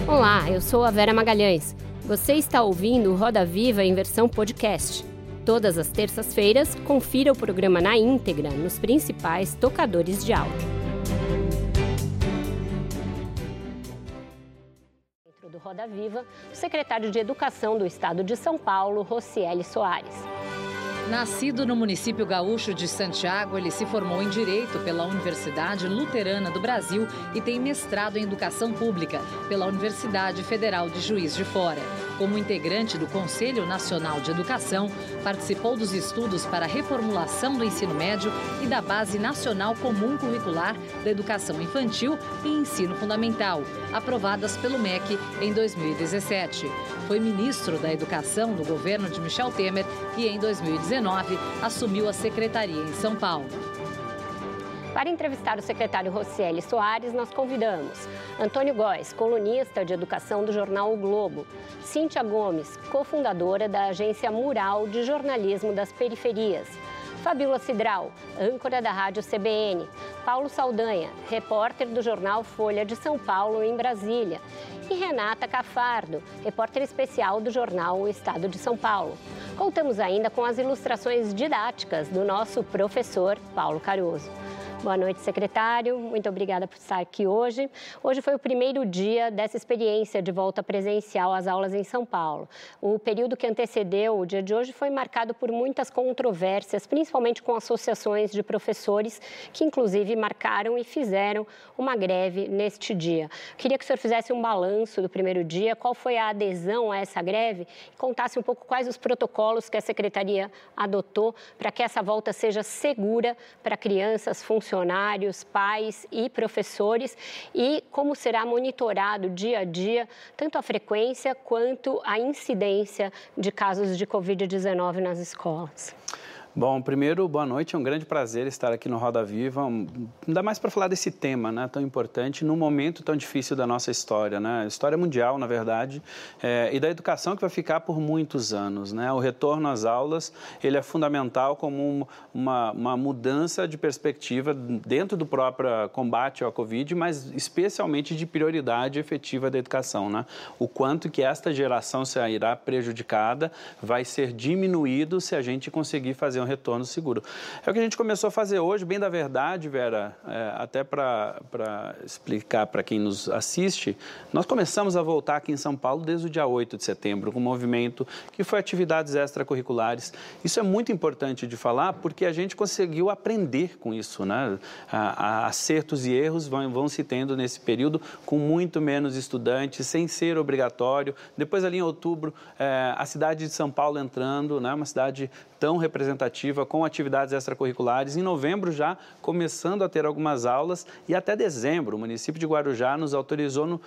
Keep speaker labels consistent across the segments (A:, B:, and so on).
A: Olá, eu sou a Vera Magalhães. Você está ouvindo o Roda Viva em versão podcast. Todas as terças-feiras, confira o programa na íntegra nos principais tocadores de áudio. Dentro do Roda Viva, o secretário de Educação do Estado de São Paulo, Rocieli Soares.
B: Nascido no município gaúcho de Santiago, ele se formou em Direito pela Universidade Luterana do Brasil e tem mestrado em Educação Pública pela Universidade Federal de Juiz de Fora. Como integrante do Conselho Nacional de Educação, participou dos estudos para a reformulação do ensino médio e da Base Nacional Comum Curricular da Educação Infantil e Ensino Fundamental, aprovadas pelo MEC em 2017. Foi ministro da Educação do governo de Michel Temer e, em 2019, assumiu a secretaria em São Paulo.
A: Para entrevistar o secretário Rocieli Soares, nós convidamos Antônio Góes, colunista de educação do jornal O Globo, Cíntia Gomes, cofundadora da agência Mural de Jornalismo das Periferias, Fabíola Cidral, âncora da rádio CBN, Paulo Saldanha, repórter do jornal Folha de São Paulo em Brasília, e Renata Cafardo, repórter especial do jornal O Estado de São Paulo. Contamos ainda com as ilustrações didáticas do nosso professor Paulo Caruso. Boa noite, secretário. Muito obrigada por estar aqui hoje. Hoje foi o primeiro dia dessa experiência de volta presencial às aulas em São Paulo. O período que antecedeu o dia de hoje foi marcado por muitas controvérsias, principalmente com associações de professores que, inclusive, marcaram e fizeram uma greve neste dia. Queria que o senhor fizesse um balanço do primeiro dia, qual foi a adesão a essa greve e contasse um pouco quais os protocolos que a secretaria adotou para que essa volta seja segura para crianças, funcionários, pais e professores e como será monitorado dia a dia tanto a frequência quanto a incidência de casos de Covid-19 nas escolas.
C: Bom, primeiro, boa noite, é um grande prazer estar aqui no Roda Viva, ainda mais para falar desse tema, né, tão importante, num momento tão difícil da nossa história, né, história mundial, na verdade, e da educação que vai ficar por muitos anos, né, o retorno às aulas, ele é fundamental como uma mudança de perspectiva dentro do próprio combate ao Covid, mas especialmente de prioridade efetiva da educação, né, o quanto que esta geração sairá prejudicada vai ser diminuído se a gente conseguir fazer um retorno seguro. É o que a gente começou a fazer hoje, bem da verdade, Vera, até para explicar para quem nos assiste, nós começamos a voltar aqui em São Paulo desde o dia 8 de setembro, com um movimento que foi atividades extracurriculares. Isso é muito importante de falar porque a gente conseguiu aprender com isso, né? Acertos e erros vão se tendo nesse período com muito menos estudantes, sem ser obrigatório. Depois, ali em outubro, a cidade de São Paulo entrando, né? Uma cidade tão representativa, com atividades extracurriculares. Em novembro já começando a ter algumas aulas e até dezembro. O município de Guarujá nos autorizou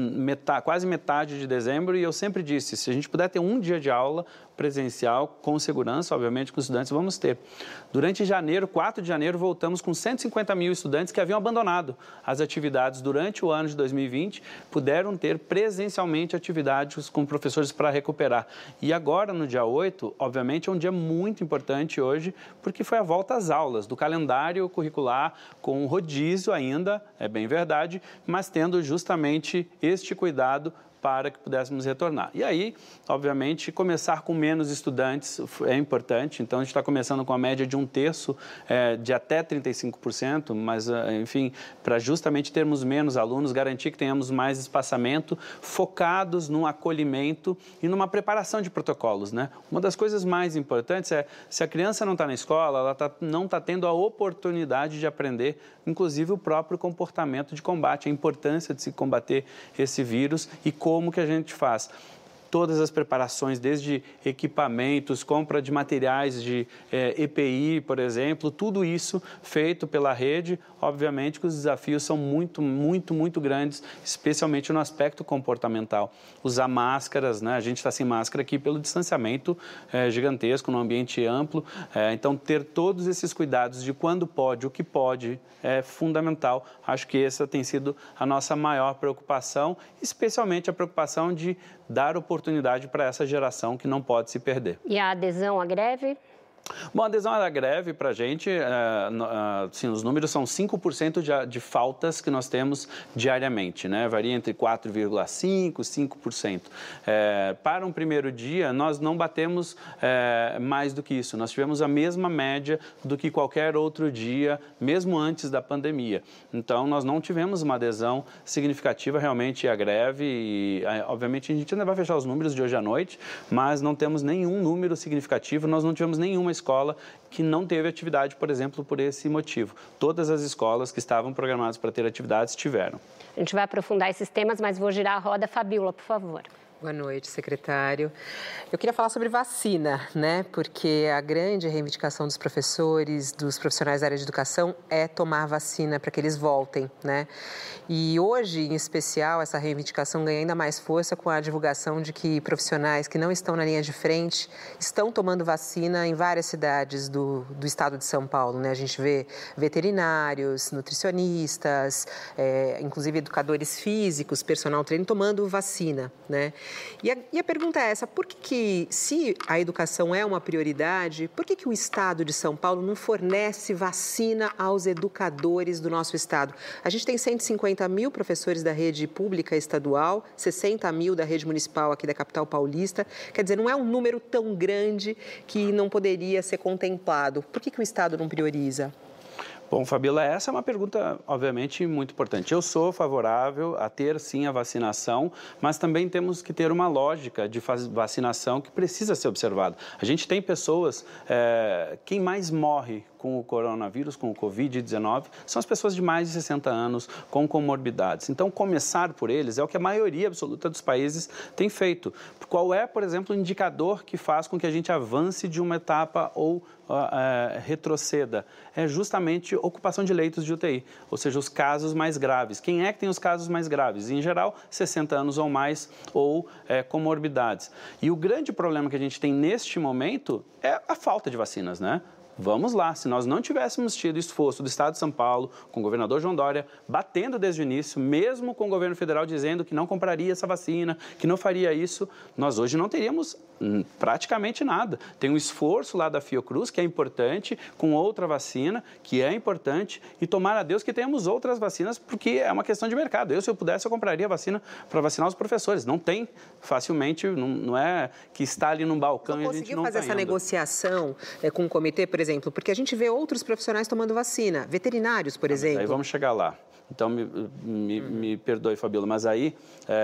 C: quase metade de dezembro e eu sempre disse, se a gente puder ter um dia de aula presencial, com segurança, obviamente, com os estudantes vamos ter. Durante janeiro, 4 de janeiro, voltamos com 150 mil estudantes que haviam abandonado as atividades durante o ano de 2020, puderam ter presencialmente atividades com professores para recuperar. E agora, no dia 8, obviamente, é um dia muito importante hoje, porque foi a volta às aulas, do calendário curricular, com rodízio ainda, é bem verdade, mas tendo justamente este cuidado para que pudéssemos retornar. E aí, obviamente, começar com menos estudantes é importante, então a gente está começando com a média de 1/3 de até 35%, mas, enfim, para justamente termos menos alunos, garantir que tenhamos mais espaçamento, focados num acolhimento e numa preparação de protocolos, né? Uma das coisas mais importantes é, se a criança não está na escola, ela não está tendo a oportunidade de aprender, inclusive o próprio comportamento de combate, a importância de se combater esse vírus e como que a gente faz. Todas as preparações, desde equipamentos, compra de materiais de EPI, por exemplo, tudo isso feito pela rede. Obviamente que os desafios são muito grandes, especialmente no aspecto comportamental. Usar máscaras, né? A gente está sem máscara aqui pelo distanciamento gigantesco, num ambiente amplo. Então, ter todos esses cuidados de quando pode, o que pode, é fundamental. Acho que essa tem sido a nossa maior preocupação, especialmente a preocupação de dar oportunidade para essa geração que não pode se perder.
A: E a adesão à greve?
C: Bom, a adesão à greve, para a gente, assim, os números são 5% de faltas que nós temos diariamente, né? Varia entre 4,5% e 5%. Para um primeiro dia, nós não batemos mais do que isso. Nós tivemos a mesma média do que qualquer outro dia, mesmo antes da pandemia. Então, nós não tivemos uma adesão significativa realmente à greve e, obviamente, a gente ainda vai fechar os números de hoje à noite, mas não temos nenhum número significativo, nós não tivemos nenhuma escola que não teve atividade, por exemplo, por esse motivo. Todas as escolas que estavam programadas para ter atividades tiveram.
A: A gente vai aprofundar esses temas, mas vou girar a roda. Fabíola, por favor.
D: Boa noite, secretário. Eu queria falar sobre vacina, né? Porque a grande reivindicação dos professores, dos profissionais da área de educação é tomar vacina para que eles voltem, né? E hoje, em especial, essa reivindicação ganha ainda mais força com a divulgação de que profissionais que não estão na linha de frente estão tomando vacina em várias cidades do estado de São Paulo, né? A gente vê veterinários, nutricionistas, inclusive educadores físicos, personal trainer tomando vacina, né? E a pergunta é essa, por que se a educação é uma prioridade, por que o Estado de São Paulo não fornece vacina aos educadores do nosso Estado? A gente tem 150 mil professores da rede pública estadual, 60 mil da rede municipal aqui da capital paulista, quer dizer, não é um número tão grande que não poderia ser contemplado. Por que o Estado não prioriza?
C: Bom, Fabíola, essa é uma pergunta, obviamente, muito importante. Eu sou favorável a ter, sim, a vacinação, mas também temos que ter uma lógica de vacinação que precisa ser observada. A gente tem pessoas, quem mais morre com o coronavírus, com o Covid-19, são as pessoas de mais de 60 anos com comorbidades. Então, começar por eles é o que a maioria absoluta dos países tem feito. Qual é, por exemplo, o indicador que faz com que a gente avance de uma etapa ou retroceda? É justamente ocupação de leitos de UTI, ou seja, os casos mais graves. Quem é que tem os casos mais graves? Em geral, 60 anos ou mais ou comorbidades. E o grande problema que a gente tem neste momento é a falta de vacinas, né? Vamos lá, se nós não tivéssemos tido esforço do Estado de São Paulo, com o governador João Dória, batendo desde o início, mesmo com o governo federal dizendo que não compraria essa vacina, que não faria isso, nós hoje não teríamos praticamente nada. Tem um esforço lá da Fiocruz, que é importante, com outra vacina, que é importante, e tomara a Deus que tenhamos outras vacinas, porque é uma questão de mercado. Se eu pudesse, eu compraria vacina para vacinar os professores. Não tem facilmente, não é que está ali num balcão e a gente não
D: conseguiu fazer essa negociação com o comitê, por exemplo, porque a gente vê outros profissionais tomando vacina, veterinários, por exemplo.
C: Aí vamos chegar lá. Então, me perdoe, Fabíola, mas aí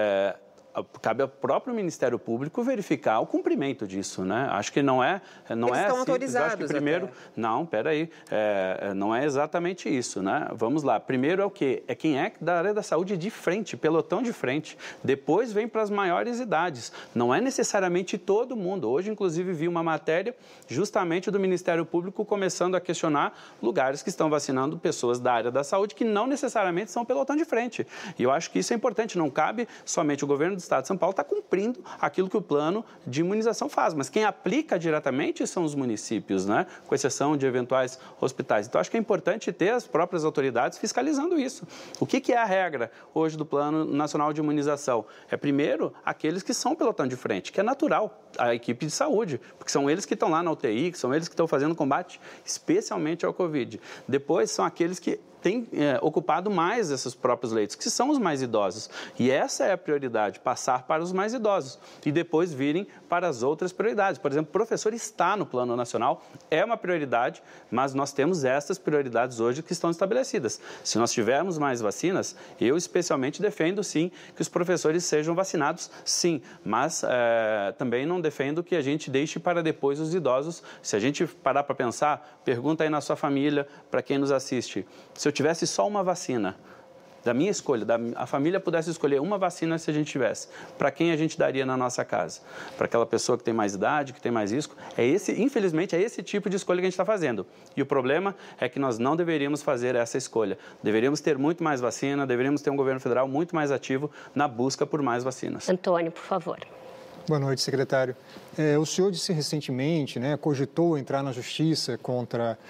C: cabe ao próprio Ministério Público verificar o cumprimento disso, né? Acho que não é
D: Eles estão autorizados.
C: Acho que primeiro,
D: até.
C: Não, peraí, não é exatamente isso, né? Vamos lá. Primeiro é o quê? É quem é da área da saúde de frente, pelotão de frente. Depois vem para as maiores idades. Não é necessariamente todo mundo. Hoje, inclusive, vi uma matéria justamente do Ministério Público começando a questionar lugares que estão vacinando pessoas da área da saúde que não necessariamente são pelotão de frente. E eu acho que isso é importante. Não cabe somente o governo do Estado de São Paulo está cumprindo aquilo que o plano de imunização faz, mas quem aplica diretamente são os municípios, né? Com exceção de eventuais hospitais. Então, acho que é importante ter as próprias autoridades fiscalizando isso. O que é a regra hoje do Plano Nacional de Imunização? É, primeiro, aqueles que são pelotão de frente, que é natural, a equipe de saúde, porque são eles que estão lá na UTI, que são eles que estão fazendo combate especialmente ao Covid. Depois, são aqueles que têm ocupado mais esses próprios leitos, que são os mais idosos. E essa é a prioridade, passar para os mais idosos e depois virem para as outras prioridades. Por exemplo, o professor está no Plano Nacional, é uma prioridade, mas nós temos essas prioridades hoje que estão estabelecidas. Se nós tivermos mais vacinas, eu especialmente defendo, sim, que os professores sejam vacinados, sim, mas também não defendo que a gente deixe para depois os idosos. Se a gente parar para pensar, pergunta aí na sua família, para quem nos assiste, se eu tivesse só uma vacina, da minha escolha, a família pudesse escolher uma vacina se a gente tivesse, para quem a gente daria na nossa casa? Para aquela pessoa que tem mais idade, que tem mais risco? Infelizmente, é esse tipo de escolha que a gente está fazendo. E o problema é que nós não deveríamos fazer essa escolha. Deveríamos ter muito mais vacina, deveríamos ter um governo federal muito mais ativo na busca por mais vacinas.
A: Antônio, por favor.
E: Boa noite, secretário. O senhor disse recentemente, cogitou entrar na justiça contra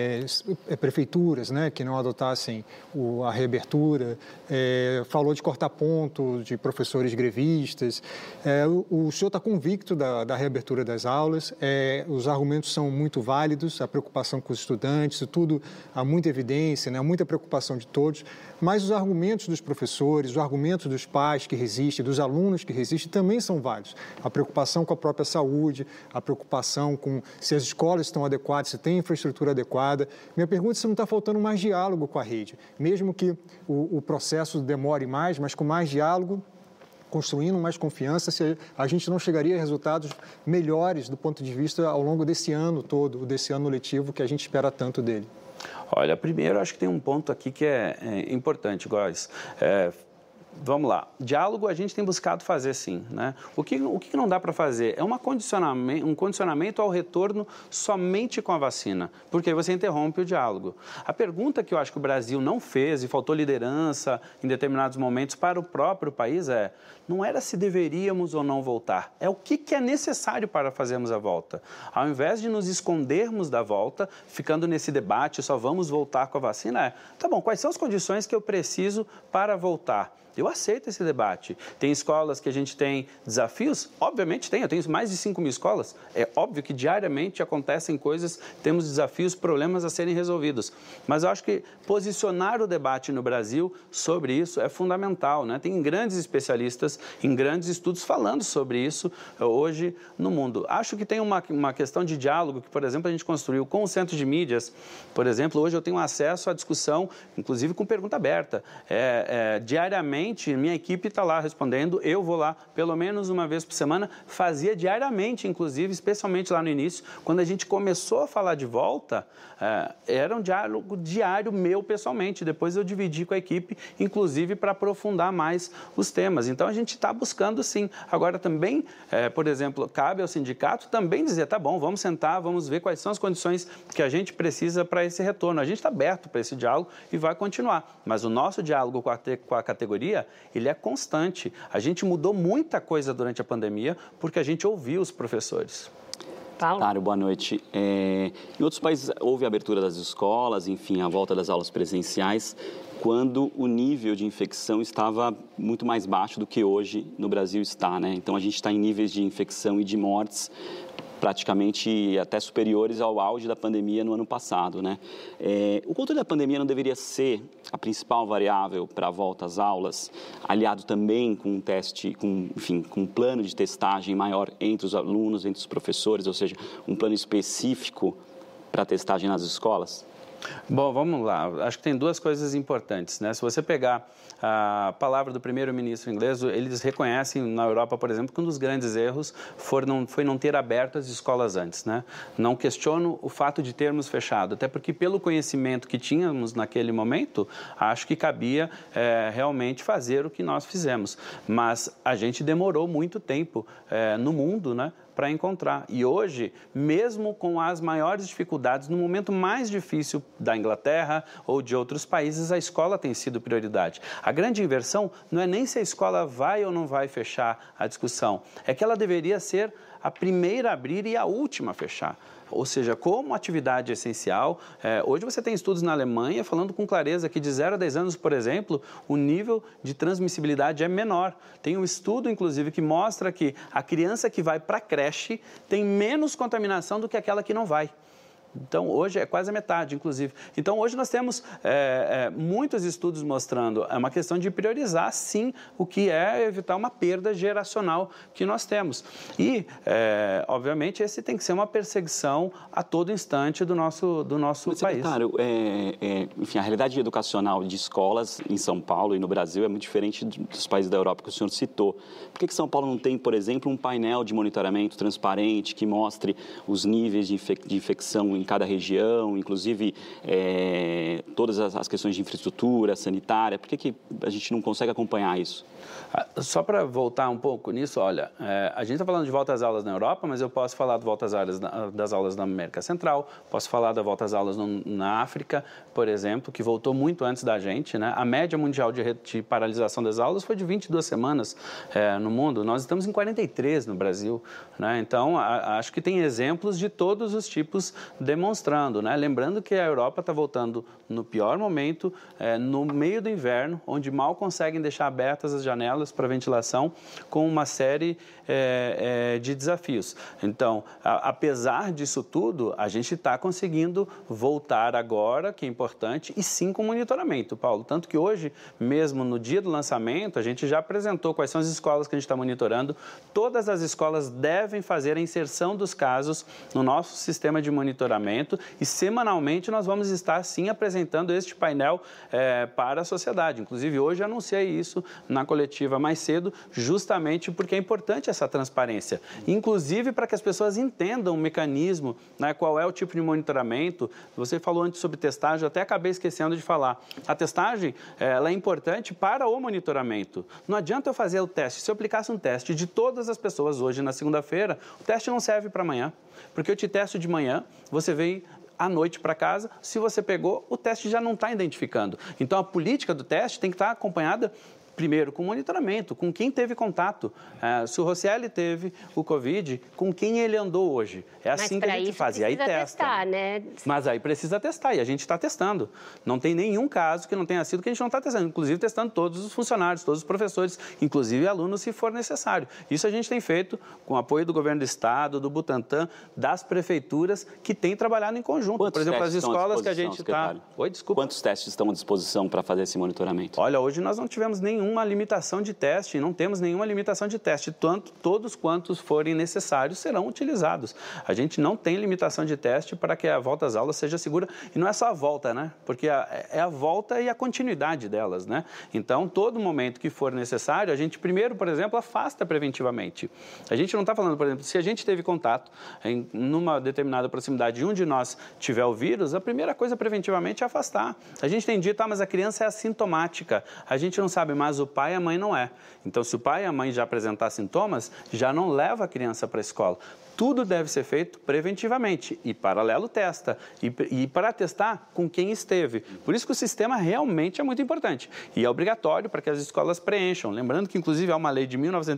E: prefeituras, que não adotassem a reabertura, falou de cortar ponto de professores grevistas. O senhor está convicto da reabertura das aulas, os argumentos são muito válidos, a preocupação com os estudantes, tudo, há muita evidência, há muita preocupação de todos, mas os argumentos dos professores, os argumentos dos pais que resistem, dos alunos que resistem, também são válidos. A preocupação com a própria saúde, a preocupação com se as escolas estão adequadas, se tem infraestrutura adequada. Minha pergunta é se não está faltando mais diálogo com a rede, mesmo que o processo demore mais, mas com mais diálogo, construindo mais confiança, se a gente não chegaria a resultados melhores do ponto de vista ao longo desse ano todo, desse ano letivo que a gente espera tanto dele.
C: Olha, primeiro acho que tem um ponto aqui que é importante, Góes. Vamos lá, diálogo a gente tem buscado fazer sim, né? O que não dá para fazer é um condicionamento ao retorno somente com a vacina, porque aí você interrompe o diálogo. A pergunta que eu acho que o Brasil não fez e faltou liderança em determinados momentos para o próprio país não era se deveríamos ou não voltar, é o que é necessário para fazermos a volta. Ao invés de nos escondermos da volta, ficando nesse debate, só vamos voltar com a vacina, tá bom, quais são as condições que eu preciso para voltar? Eu aceito esse debate. Tem escolas que a gente tem desafios? Obviamente tem. Eu tenho mais de 5.000 escolas. É óbvio que diariamente acontecem coisas, temos desafios, problemas a serem resolvidos. Mas eu acho que posicionar o debate no Brasil sobre isso é fundamental, né? Tem grandes especialistas em grandes estudos falando sobre isso hoje no mundo. Acho que tem uma questão de diálogo que, por exemplo, a gente construiu com o Centro de Mídias. Por exemplo, hoje eu tenho acesso à discussão, inclusive com pergunta aberta. Diariamente, minha equipe está lá respondendo, eu vou lá pelo menos uma vez por semana, fazia diariamente, inclusive, especialmente lá no início, quando a gente começou a falar de volta, era um diálogo diário meu pessoalmente, depois eu dividi com a equipe, inclusive para aprofundar mais os temas. Então, a gente está buscando sim. Agora também, por exemplo, cabe ao sindicato também dizer, tá bom, vamos sentar, vamos ver quais são as condições que a gente precisa para esse retorno. A gente está aberto para esse diálogo e vai continuar, mas o nosso diálogo com a categoria, ele é constante. A gente mudou muita coisa durante a pandemia porque a gente ouviu os professores.
F: Claro, boa noite. Em outros países houve a abertura das escolas, enfim, a volta das aulas presenciais, quando o nível de infecção estava muito mais baixo do que hoje no Brasil está, né? Então, a gente está em níveis de infecção e de mortes praticamente até superiores ao auge da pandemia no ano passado, né? O controle da pandemia não deveria ser a principal variável para a volta às aulas, aliado também com um teste, com um plano de testagem maior entre os alunos, entre os professores, ou seja, um plano específico para a testagem nas escolas?
C: Bom, vamos lá. Acho que tem duas coisas importantes, né? Se você pegar a palavra do primeiro-ministro inglês, eles reconhecem na Europa, por exemplo, que um dos grandes erros foi não ter aberto as escolas antes, né? Não questiono o fato de termos fechado, até porque pelo conhecimento que tínhamos naquele momento, acho que cabia realmente fazer o que nós fizemos. Mas a gente demorou muito tempo no mundo, né, para encontrar. E hoje, mesmo com as maiores dificuldades, no momento mais difícil da Inglaterra ou de outros países, a escola tem sido prioridade. A grande inversão não é nem se a escola vai ou não vai fechar a discussão, é que ela deveria ser a primeira a abrir e a última a fechar. Ou seja, como atividade essencial, hoje você tem estudos na Alemanha falando com clareza que de 0 a 10 anos, por exemplo, o nível de transmissibilidade é menor. Tem um estudo, inclusive, que mostra que a criança que vai para a creche tem menos contaminação do que aquela que não vai. Então, hoje é quase a metade, inclusive. Então, hoje nós temos muitos estudos mostrando, é uma questão de priorizar, sim, o que é evitar uma perda geracional que nós temos. E, obviamente, esse tem que ser uma perseguição a todo instante do nosso país.
F: Secretário, enfim, a realidade educacional de escolas em São Paulo e no Brasil é muito diferente dos países da Europa que o senhor citou. Por que São Paulo não tem, por exemplo, um painel de monitoramento transparente que mostre os níveis de infecção em cada região, inclusive todas as questões de infraestrutura sanitária? Por que a gente não consegue acompanhar isso?
C: Só para voltar um pouco nisso, olha, a gente está falando de volta às aulas na Europa, mas eu posso falar de volta das aulas na América Central, posso falar da volta às aulas na África, por exemplo, que voltou muito antes da gente, né? A média mundial de paralisação das aulas foi de 22 semanas no mundo, nós estamos em 43 no Brasil, né? Então, acho que tem exemplos de todos os tipos demonstrando, né? Lembrando que a Europa está voltando no pior momento, no meio do inverno, onde mal conseguem deixar abertas as janelas para ventilação, com uma série de desafios. Então, apesar disso tudo, a gente está conseguindo voltar agora, que é importante, e sim com monitoramento, Paulo. Tanto que hoje, mesmo no dia do lançamento, a gente já apresentou quais são as escolas que a gente está monitorando. Todas as escolas devem fazer a inserção dos casos no nosso sistema de monitoramento e, semanalmente, nós vamos estar, sim, apresentando este painel para a sociedade. Inclusive, hoje anunciei isso na coletiva mais cedo, justamente porque é importante essa transparência. Inclusive para que as pessoas entendam o mecanismo, né, qual é o tipo de monitoramento. Você falou antes sobre testagem, eu até acabei esquecendo de falar. A testagem, ela é importante para o monitoramento. Não adianta eu fazer o teste. Se eu aplicasse um teste de todas as pessoas hoje na segunda-feira, o teste não serve para amanhã, porque eu te testo de manhã, você vem à noite para casa, se você pegou, o teste já não está identificando. Então, a política do teste tem que estar acompanhada primeiro com monitoramento, com quem teve contato. Se o Rosselli teve o Covid, com quem ele andou hoje. É assim que a gente faz. E aí testa.
A: Testar, né?
C: Mas aí precisa testar, e a gente está testando. Não tem nenhum caso que não tenha sido que a gente não está testando. Inclusive testando todos os funcionários, todos os professores, inclusive alunos, se for necessário. Isso a gente tem feito com o apoio do governo do estado, do Butantan, das prefeituras, que têm trabalhado em conjunto.
F: Quantos
C: Por exemplo, as escolas que a gente está...
F: Oi, desculpa. Quantos testes estão à disposição para fazer esse monitoramento?
C: Olha, hoje nós não tivemos nenhuma limitação de teste, não temos nenhuma limitação de teste. Todos quantos forem necessários serão utilizados. A gente não tem limitação de teste para que a volta às aulas seja segura. E não é só a volta, né? Porque é a volta e a continuidade delas, né? Então, todo momento que for necessário, a gente primeiro, por exemplo, afasta preventivamente. A gente não está falando, por exemplo, se a gente teve contato numa determinada proximidade de um de nós tiver o vírus, a primeira coisa preventivamente é afastar. A gente tem dito, mas a criança é assintomática. A gente não sabe, mas o pai e a mãe não é. Então, se o pai e a mãe já apresentar sintomas, já não leva a criança para a escola. Tudo deve ser feito preventivamente e, paralelo, testa. E para testar com quem esteve. Por isso que o sistema realmente é muito importante. E é obrigatório para que as escolas preencham. Lembrando que, inclusive, há uma lei de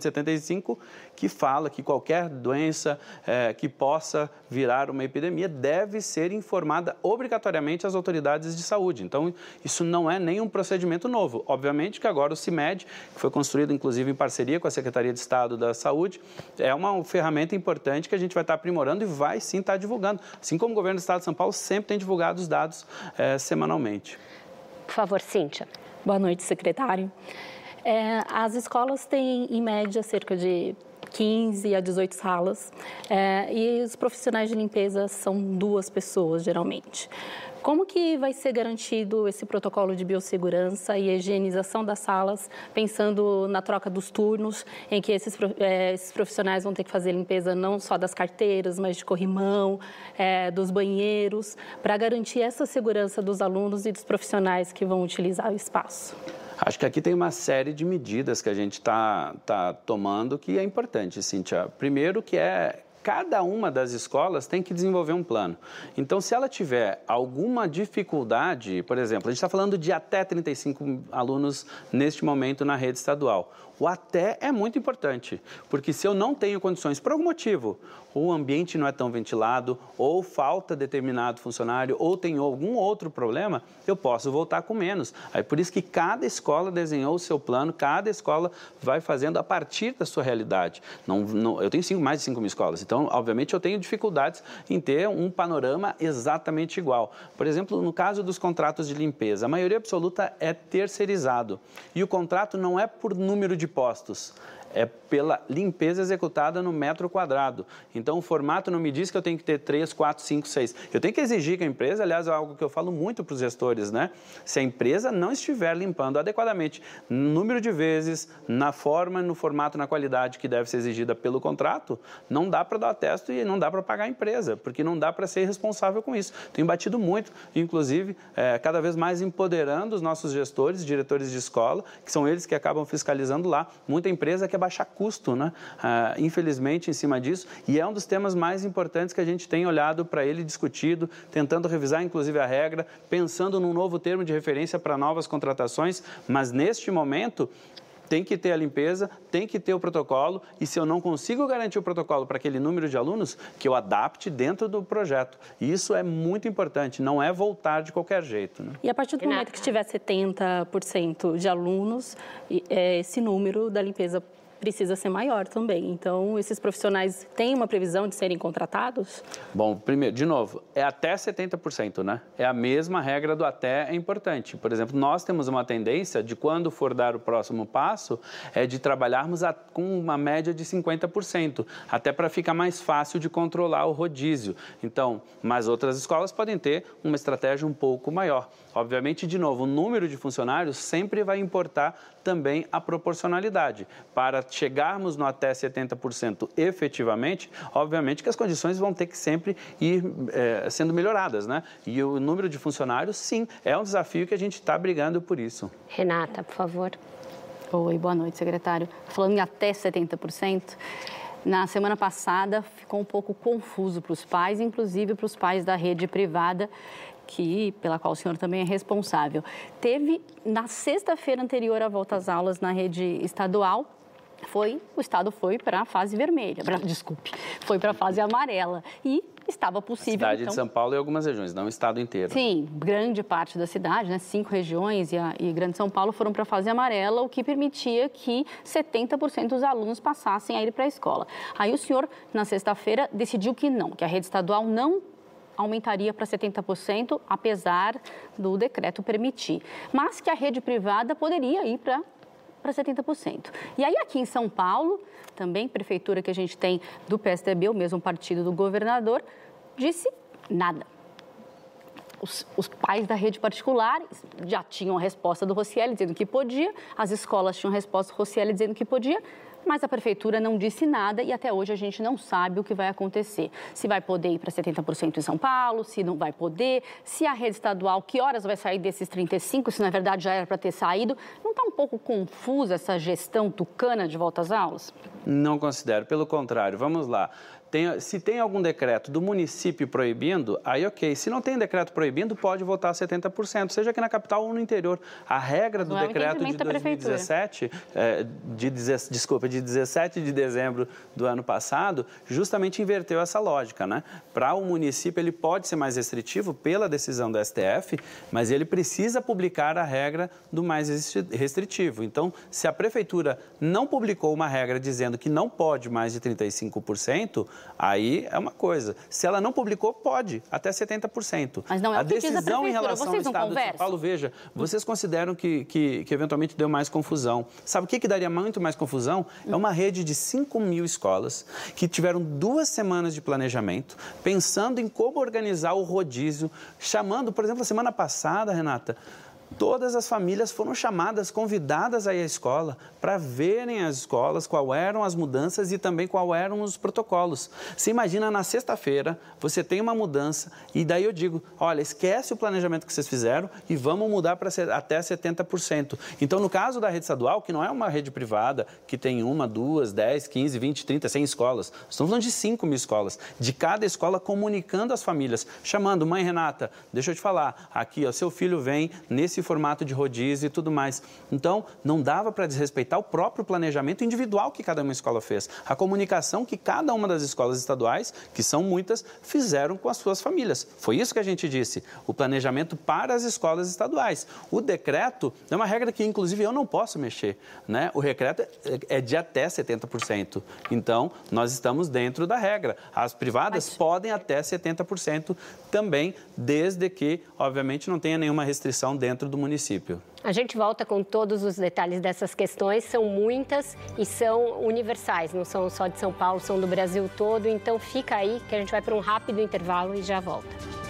C: 1975 que fala que qualquer doença que possa virar uma epidemia deve ser informada obrigatoriamente às autoridades de saúde. Então, isso não é nenhum procedimento novo. Obviamente que agora o CIMED, que foi construído, inclusive, em parceria com a Secretaria de Estado da Saúde, é uma ferramenta importante que a gente vai estar aprimorando e vai sim estar divulgando. Assim como o governo do Estado de São Paulo sempre tem divulgado os dados semanalmente.
A: Por favor, Cíntia.
G: Boa noite, secretário. As escolas têm, em média, cerca de 15 a 18 salas e os profissionais de limpeza são 2 pessoas, geralmente. Como que vai ser garantido esse protocolo de biossegurança e higienização das salas, pensando na troca dos turnos, em que esses profissionais vão ter que fazer limpeza não só das carteiras, mas de corrimão, dos banheiros, para garantir essa segurança dos alunos e dos profissionais que vão utilizar o espaço?
C: Acho que aqui tem uma série de medidas que a gente está tomando que é importante, Cíntia. Primeiro que cada uma das escolas tem que desenvolver um plano. Então, se ela tiver alguma dificuldade, por exemplo, a gente está falando de até 35 alunos neste momento na rede estadual. O até é muito importante, porque se eu não tenho condições, por algum motivo, ou o ambiente não é tão ventilado, ou falta determinado funcionário, ou tem algum outro problema, eu posso voltar com menos. Aí, por isso que cada escola desenhou o seu plano, cada escola vai fazendo a partir da sua realidade. Eu tenho mais de 5 mil escolas, então, obviamente, eu tenho dificuldades em ter um panorama exatamente igual. Por exemplo, no caso dos contratos de limpeza, a maioria absoluta é terceirizado. E o contrato não é por número de postos, é pela limpeza executada no metro quadrado. Então, o formato não me diz que eu tenho que ter 3, 4, 5, 6. Eu tenho que exigir que a empresa, aliás, é algo que eu falo muito para os gestores, né? Se a empresa não estiver limpando adequadamente no número de vezes, na forma, no formato, na qualidade que deve ser exigida pelo contrato, não dá para dar atesto e não dá para pagar a empresa, porque não dá para ser responsável com isso. Tenho batido muito, inclusive, cada vez mais empoderando os nossos gestores, diretores de escola, que são eles que acabam fiscalizando lá. Muita empresa quer baixar custo, né? Infelizmente, em cima disso, e é um dos temas mais importantes que a gente tem olhado para ele, discutido, tentando revisar, inclusive, a regra, pensando num novo termo de referência para novas contratações, mas neste momento tem que ter a limpeza, tem que ter o protocolo, e se eu não consigo garantir o protocolo para aquele número de alunos, que eu adapte dentro do projeto. E isso é muito importante, não é voltar de qualquer jeito, né?
G: E a partir do momento que tiver 70% de alunos, esse número da limpeza precisa ser maior também. Então, esses profissionais têm uma previsão de serem contratados?
C: Bom, primeiro, de novo, é até 70%, né? É a mesma regra do até é importante. Por exemplo, nós temos uma tendência de, quando for dar o próximo passo, é de trabalharmos com uma média de 50%, até para ficar mais fácil de controlar o rodízio. Então, mas outras escolas podem ter uma estratégia um pouco maior. Obviamente, de novo, o número de funcionários sempre vai importar também a proporcionalidade. Para chegarmos no até 70% efetivamente, obviamente que as condições vão ter que sempre ir sendo melhoradas, né? E o número de funcionários, sim, é um desafio que a gente está brigando por isso.
A: Renata, por favor.
H: Oi, boa noite, secretário. Falando em até 70%, na semana passada ficou um pouco confuso para os pais, inclusive para os pais da rede privada, pela qual o senhor também é responsável. Teve, na sexta-feira anterior à volta às aulas na rede estadual, o estado foi para a fase vermelha, foi para a fase amarela e estava possível,
C: cidade de São Paulo e algumas regiões, não o estado inteiro.
H: Sim, grande parte da cidade, né, 5 regiões e Grande São Paulo foram para a fase amarela, o que permitia que 70% dos alunos passassem a ir para a escola. Aí o senhor, na sexta-feira, decidiu que não, que a rede estadual não aumentaria para 70%, apesar do decreto permitir, mas que a rede privada poderia ir para 70%. E aí, aqui em São Paulo, também, prefeitura que a gente tem do PSDB, o mesmo partido do governador, disse nada. Os pais da rede particular já tinham a resposta do Roscielli dizendo que podia, as escolas tinham a resposta do Roscielli dizendo que podia, mas a prefeitura não disse nada e até hoje a gente não sabe o que vai acontecer. Se vai poder ir para 70% em São Paulo, se não vai poder, se a rede estadual, que horas vai sair desses 35%, se na verdade já era para ter saído. Não está um pouco confusa essa gestão tucana de volta às aulas?
C: Não considero, pelo contrário. Vamos lá. Se tem algum decreto do município proibindo, aí ok. Se não tem decreto proibindo, pode votar a 70%, seja aqui na capital ou no interior. A regra do decreto de 2017, de 17 de dezembro do ano passado, justamente inverteu essa lógica, né? Para o município, ele pode ser mais restritivo pela decisão do STF, mas ele precisa publicar a regra do mais restritivo. Então, se a prefeitura não publicou uma regra dizendo que não pode mais de 35%, aí é uma coisa. Se ela não publicou, pode, até 70%.
H: Mas não é o que diz a prefeitura.
C: Em relação ao Estado de São Paulo, veja, vocês consideram que eventualmente deu mais confusão. Sabe o que daria muito mais confusão? É uma rede de 5.000 escolas que tiveram 2 semanas de planejamento, pensando em como organizar o rodízio, chamando, por exemplo, a semana passada, Renata, todas as famílias foram chamadas, convidadas a ir à escola para verem as escolas, quais eram as mudanças e também quais eram os protocolos. Você imagina, na sexta-feira, você tem uma mudança e daí eu digo, olha, esquece o planejamento que vocês fizeram e vamos mudar para até 70%. Então, no caso da rede estadual, que não é uma rede privada, que tem 1, 2, 10, 15, 20, 30, 100 escolas, estamos falando de 5.000 escolas, de cada escola comunicando às famílias, chamando, mãe Renata, deixa eu te falar, aqui, ó, seu filho vem nesse formato de rodízio e tudo mais. Então, não dava para desrespeitar o próprio planejamento individual que cada uma escola fez. A comunicação que cada uma das escolas estaduais, que são muitas, fizeram com as suas famílias. Foi isso que a gente disse, o planejamento para as escolas estaduais. O decreto é uma regra que, inclusive, eu não posso mexer, né? O decreto é de até 70%. Então, nós estamos dentro da regra. As privadas podem até 70% também, desde que, obviamente, não tenha nenhuma restrição dentro do município.
A: A gente volta com todos os detalhes dessas questões, são muitas e são universais, não são só de São Paulo, são do Brasil todo, então fica aí que a gente vai para um rápido intervalo e já volta.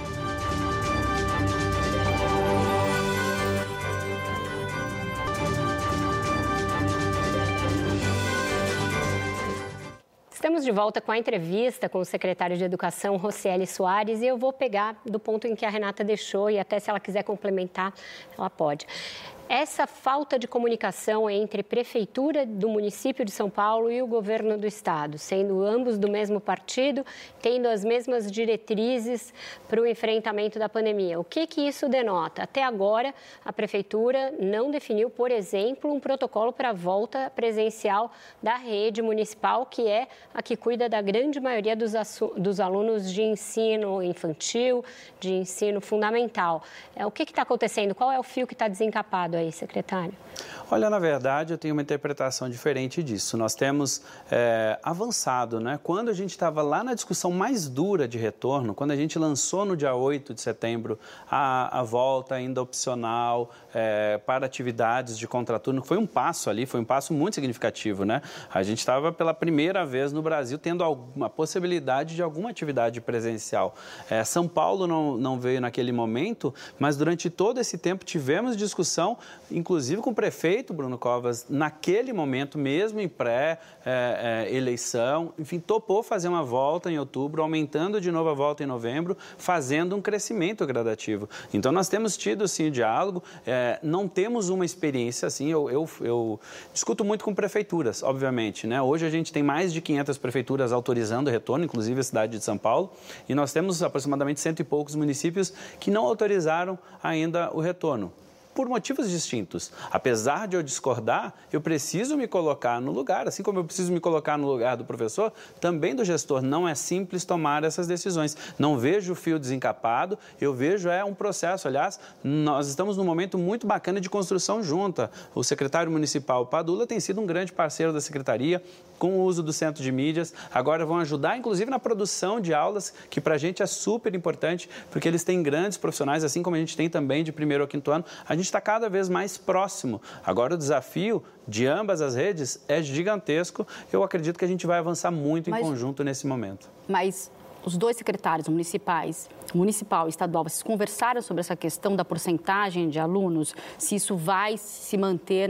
A: Estamos de volta com a entrevista com o secretário de Educação, Rocieli Soares, e eu vou pegar do ponto em que a Renata deixou e até se ela quiser complementar, ela pode. Essa falta de comunicação entre Prefeitura do município de São Paulo e o governo do estado, sendo ambos do mesmo partido, tendo as mesmas diretrizes para o enfrentamento da pandemia. O que isso denota? Até agora, a Prefeitura não definiu, por exemplo, um protocolo para a volta presencial da rede municipal, que é a que cuida da grande maioria dos alunos de ensino infantil, de ensino fundamental. O que está acontecendo? Qual é o fio que está desencapado aí, secretário?
C: Olha, na verdade, eu tenho uma interpretação diferente disso. Nós temos avançado, né? Quando a gente estava lá na discussão mais dura de retorno, quando a gente lançou no dia 8 de setembro a volta ainda opcional para atividades de contraturno, foi um passo ali, foi um passo muito significativo, né? A gente estava pela primeira vez no Brasil tendo uma possibilidade de alguma atividade presencial. São Paulo não veio naquele momento, mas durante todo esse tempo tivemos discussão, inclusive com o prefeito Bruno Covas, naquele momento mesmo em pré-eleição, enfim, topou fazer uma volta em outubro, aumentando de novo a volta em novembro, fazendo um crescimento gradativo. Então, nós temos tido, sim, o diálogo, não temos uma experiência assim, eu discuto muito com prefeituras, obviamente, né? Hoje a gente tem mais de 500 prefeituras autorizando o retorno, inclusive a cidade de São Paulo, e nós temos aproximadamente 100 e poucos municípios que não autorizaram ainda o retorno, por motivos distintos. Apesar de eu discordar, eu preciso me colocar no lugar, assim como eu preciso me colocar no lugar do professor, também do gestor. Não é simples tomar essas decisões. Não vejo o fio desencapado, eu vejo um processo. Aliás, nós estamos num momento muito bacana de construção junta. O secretário municipal Padula tem sido um grande parceiro da secretaria, com o uso do centro de mídias. Agora vão ajudar, inclusive, na produção de aulas, que para a gente é super importante, porque eles têm grandes profissionais, assim como a gente tem também de primeiro ao quinto ano. A gente está cada vez mais próximo. Agora, o desafio de ambas as redes é gigantesco. Eu acredito que a gente vai avançar muito em conjunto nesse momento.
H: Mas os dois secretários municipal e estadual, vocês conversaram sobre essa questão da porcentagem de alunos? Se isso vai se manter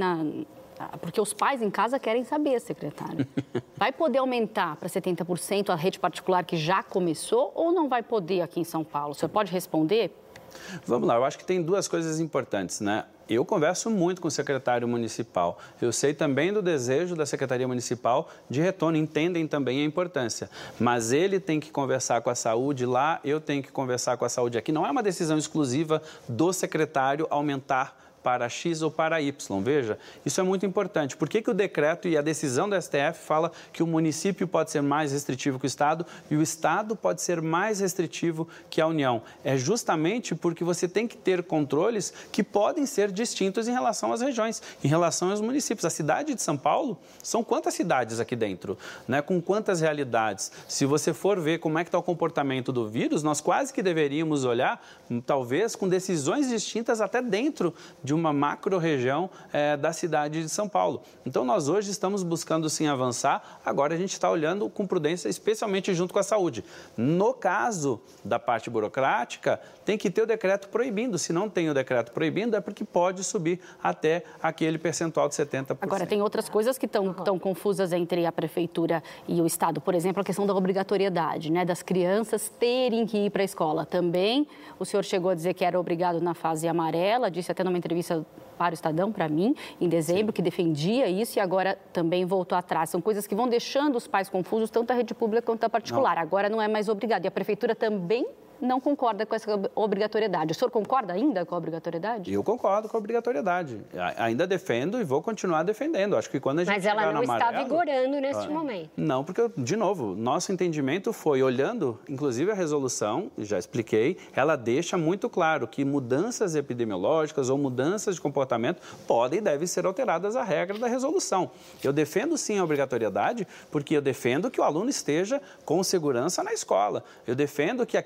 H: Porque os pais em casa querem saber, secretário. Vai poder aumentar para 70% a rede particular que já começou ou não vai poder aqui em São Paulo? O senhor pode responder?
C: Vamos lá, eu acho que tem duas coisas importantes, né? Eu converso muito com o secretário municipal. Eu sei também do desejo da Secretaria Municipal de retorno, entendem também a importância. Mas ele tem que conversar com a saúde lá, eu tenho que conversar com a saúde aqui. Não é uma decisão exclusiva do secretário aumentar para X ou para Y. Veja, isso é muito importante. Por que o decreto e a decisão do STF fala que o município pode ser mais restritivo que o Estado e o Estado pode ser mais restritivo que a União? É justamente porque você tem que ter controles que podem ser distintos em relação às regiões, em relação aos municípios. A cidade de São Paulo, são quantas cidades aqui dentro, né? Com quantas realidades? Se você for ver como é que está o comportamento do vírus, nós quase que deveríamos olhar, talvez, com decisões distintas até dentro de uma macro-região da cidade de São Paulo. Então, nós hoje estamos buscando, sim, avançar. Agora, a gente está olhando com prudência, especialmente junto com a saúde. No caso da parte burocrática, tem que ter o decreto proibindo. Se não tem o decreto proibindo, é porque pode subir até aquele percentual de 70%.
H: Agora, tem outras coisas que estão confusas entre a Prefeitura e o Estado. Por exemplo, a questão da obrigatoriedade, né, das crianças terem que ir para a escola. Também, o senhor chegou a dizer que era obrigado na fase amarela, disse até numa entrevista para o Estadão, para mim, em dezembro, que defendia isso e agora também voltou atrás. São coisas que vão deixando os pais confusos, tanto a rede pública quanto a particular. Não. Agora não é mais obrigado. E a Prefeitura também não concorda com essa obrigatoriedade. O senhor concorda ainda com a obrigatoriedade?
C: Eu concordo com a obrigatoriedade. Ainda defendo e vou continuar defendendo. Acho que quando a gente
A: Mas ela não está vigorando neste momento.
C: Não, porque, de novo, nosso entendimento foi, olhando, inclusive a resolução, já expliquei, ela deixa muito claro que mudanças epidemiológicas ou mudanças de comportamento podem e devem ser alteradas à regra da resolução. Eu defendo, sim, a obrigatoriedade, porque eu defendo que o aluno esteja com segurança na escola. Eu defendo que aqueles alunos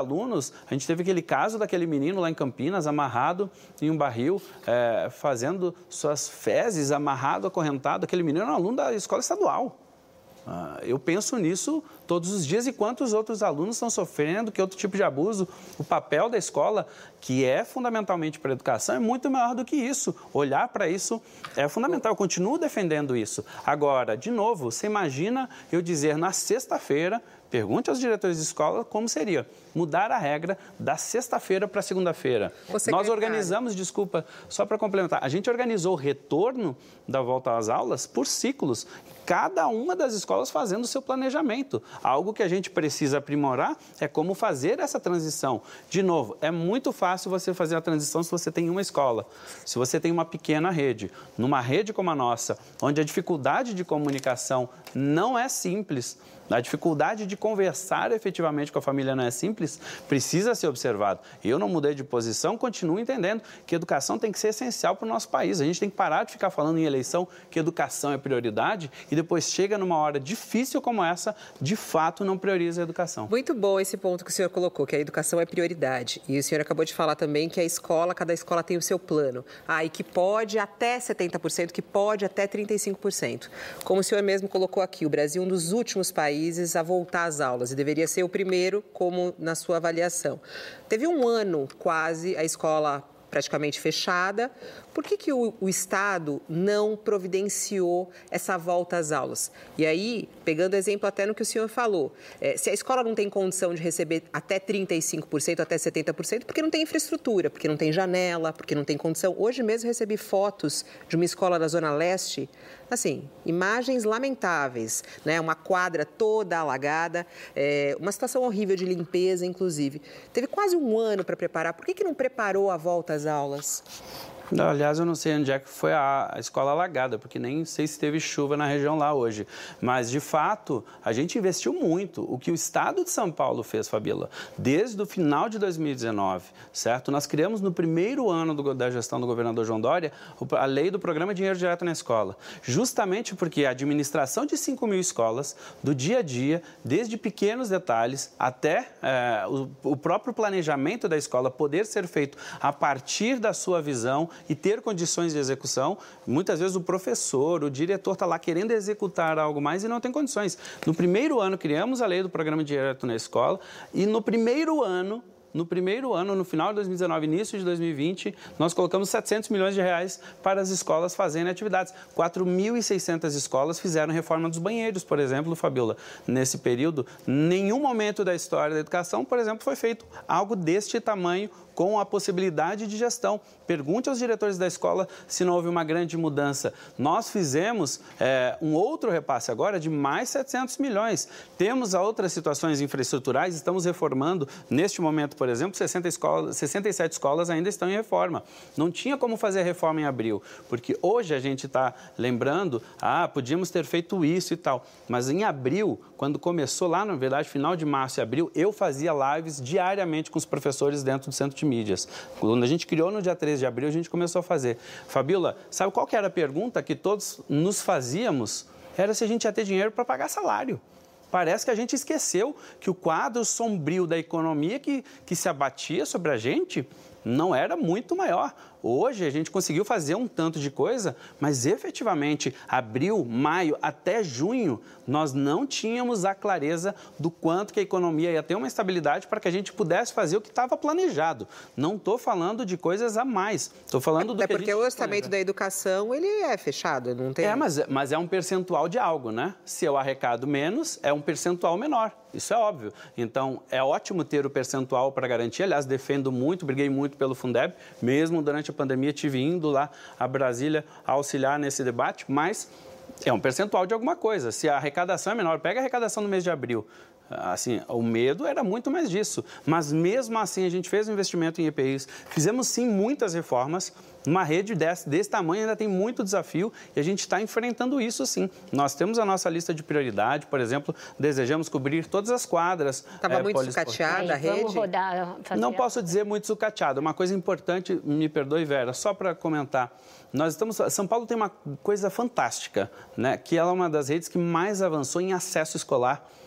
C: alunos, a gente teve aquele caso daquele menino lá em Campinas, amarrado em um barril, fazendo suas fezes, amarrado, acorrentado. Aquele menino era um aluno da escola estadual. Eu penso nisso todos os dias e quantos outros alunos estão sofrendo, que outro tipo de abuso. O papel da escola, que é fundamentalmente para a educação, é muito maior do que isso. Olhar para isso é fundamental. Eu continuo defendendo isso. Agora, de novo, você imagina eu dizer na sexta-feira, pergunte aos diretores de escola como seria mudar a regra da sexta-feira para segunda-feira. Nós organizamos, desculpa, só para complementar, a gente organizou o retorno da volta às aulas por ciclos, cada uma das escolas fazendo o seu planejamento. Algo que a gente precisa aprimorar é como fazer essa transição. De novo, é muito fácil você fazer a transição se você tem uma escola, se você tem uma pequena rede. Numa rede como a nossa, onde a dificuldade de comunicação não é simples, a dificuldade de conversar efetivamente com a família não é simples, precisa ser observado. Eu não mudei de posição, continuo entendendo que educação tem que ser essencial para o nosso país. A gente tem que parar de ficar falando em eleição que educação é prioridade e depois chega numa hora difícil como essa, de fato não prioriza a educação.
D: Muito bom esse ponto que o senhor colocou, que a educação é prioridade. E o senhor acabou de falar também que cada escola tem o seu plano. E que pode até 70%, que pode até 35%. Como o senhor mesmo colocou aqui, o Brasil é um dos últimos países a voltar às aulas e deveria ser o primeiro, como na sua avaliação. Teve um ano quase a escola praticamente fechada. Por que o Estado não providenciou essa volta às aulas? E aí, pegando exemplo até no que o senhor falou, se a escola não tem condição de receber até 35%, até 70%, porque não tem infraestrutura, porque não tem janela, porque não tem condição. Hoje mesmo recebi fotos de uma escola da Zona Leste, assim, imagens lamentáveis, né? Uma quadra toda alagada, uma situação horrível de limpeza, inclusive. Teve quase um ano para preparar. Por que não preparou a volta às aulas?
C: Não, aliás, eu não sei onde é que foi a escola alagada, porque nem sei se teve chuva na região lá hoje. Mas, de fato, a gente investiu muito. O que o Estado de São Paulo fez, Fabíola, desde o final de 2019, certo? Nós criamos no primeiro ano da gestão do governador João Dória a lei do programa Dinheiro Direto na Escola. Justamente porque a administração de 5 mil escolas, do dia a dia, desde pequenos detalhes até o próprio planejamento da escola poder ser feito a partir da sua visão e ter condições de execução. Muitas vezes o professor, o diretor está lá querendo executar algo mais e não tem condições. No primeiro ano, criamos a lei do programa Direto na Escola e no primeiro ano, no final de 2019, início de 2020, nós colocamos 700 milhões de reais para as escolas fazerem atividades. 4.600 escolas fizeram reforma dos banheiros, por exemplo, Fabíola. Nesse período, nenhum momento da história da educação, por exemplo, foi feito algo deste tamanho com a possibilidade de gestão. Pergunte aos diretores da escola se não houve uma grande mudança. Nós fizemos um outro repasse agora de mais 700 milhões. Temos outras situações infraestruturais, estamos reformando. Neste momento, por exemplo, 67 escolas ainda estão em reforma. Não tinha como fazer a reforma em abril, porque hoje a gente está lembrando, podíamos ter feito isso e tal. Mas em abril, quando começou lá, na verdade, final de março e abril, eu fazia lives diariamente com os professores dentro do Centro de Mídias. Quando a gente criou no dia 13 de abril, a gente começou a fazer. Fabíola, sabe qual que era a pergunta que todos nos fazíamos? Era se a gente ia ter dinheiro para pagar salário. Parece que a gente esqueceu que o quadro sombrio da economia que se abatia sobre a gente não era muito maior. Hoje a gente conseguiu fazer um tanto de coisa, mas efetivamente, abril, maio até junho, nós não tínhamos a clareza do quanto que a economia ia ter uma estabilidade para que a gente pudesse fazer o que estava planejado. Não estou falando de coisas a mais, estou falando do que a gente
D: porque o orçamento da educação, ele é fechado, não tem...
C: Mas é um percentual de algo, né? Se eu arrecado menos, é um percentual menor. Isso é óbvio. Então, é ótimo ter o percentual para garantir. Aliás, defendo muito, briguei muito pelo Fundeb. Mesmo durante a pandemia, estive indo lá a Brasília auxiliar nesse debate, mas é um percentual de alguma coisa. Se a arrecadação é menor, pega a arrecadação no mês de abril. Assim, o medo era muito mais disso. Mas, mesmo assim, a gente fez um investimento em EPIs. Fizemos, sim, muitas reformas. Uma rede desse tamanho ainda tem muito desafio e a gente está enfrentando isso, sim. Nós temos a nossa lista de prioridade, por exemplo, desejamos cobrir todas as quadras.
D: Estava muito sucateada a rede?
A: Vamos rodar,
C: não posso dizer muito sucateada. Uma coisa importante, me perdoe, Vera, só para comentar. São Paulo tem uma coisa fantástica, né? Que ela é uma das redes que mais avançou em acesso escolar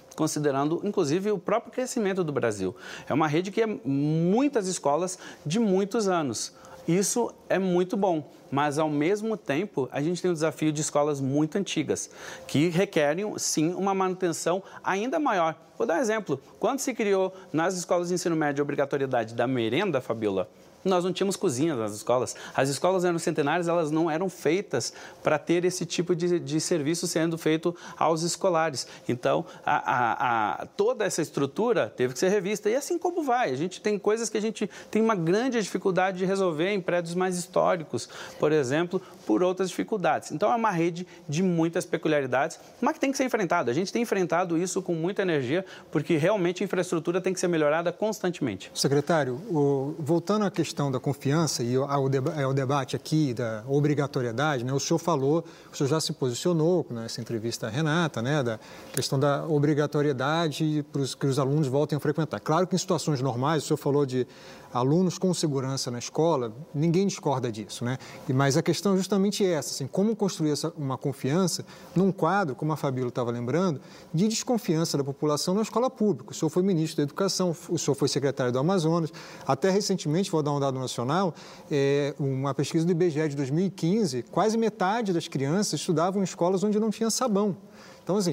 C: considerando, inclusive, o próprio crescimento do Brasil. É uma rede que é muitas escolas de muitos anos. Isso é muito bom, mas, ao mesmo tempo, a gente tem o desafio de escolas muito antigas, que requerem, sim, uma manutenção ainda maior. Vou dar um exemplo. Quando se criou nas escolas de ensino médio a obrigatoriedade da merenda, Fabíola, nós não tínhamos cozinhas nas escolas. As escolas eram centenárias, elas não eram feitas para ter esse tipo de serviço sendo feito aos escolares. Então, toda essa estrutura teve que ser revista. E assim como vai, a gente tem coisas que a gente tem uma grande dificuldade de resolver em prédios mais históricos, por exemplo, por outras dificuldades. Então, é uma rede de muitas peculiaridades, mas que tem que ser enfrentada. A gente tem enfrentado isso com muita energia, porque realmente a infraestrutura tem que ser melhorada constantemente.
E: Secretário, voltando à questão da confiança e ao debate aqui da obrigatoriedade, né? O senhor já se posicionou nessa entrevista à Renata, né? Da questão da obrigatoriedade para que os alunos voltem a frequentar. Claro que em situações normais, o senhor falou de alunos com segurança na escola, ninguém discorda disso, né? Mas a questão é justamente essa, assim, como construir uma confiança num quadro, como a Fabíola estava lembrando, de desconfiança da população na escola pública. O senhor foi ministro da Educação, o senhor foi secretário do Amazonas, até recentemente, vou dar um dado nacional, uma pesquisa do IBGE de 2015, quase metade das crianças estudavam em escolas onde não tinha sabão. Então, assim,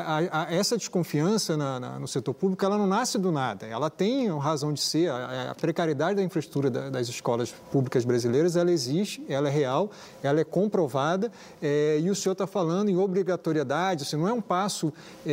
E: essa desconfiança no setor público, ela não nasce do nada. Ela tem razão de ser. A precariedade da infraestrutura das escolas públicas brasileiras, ela existe, ela é real, ela é comprovada. E o senhor está falando em obrigatoriedade. Assim, não é um passo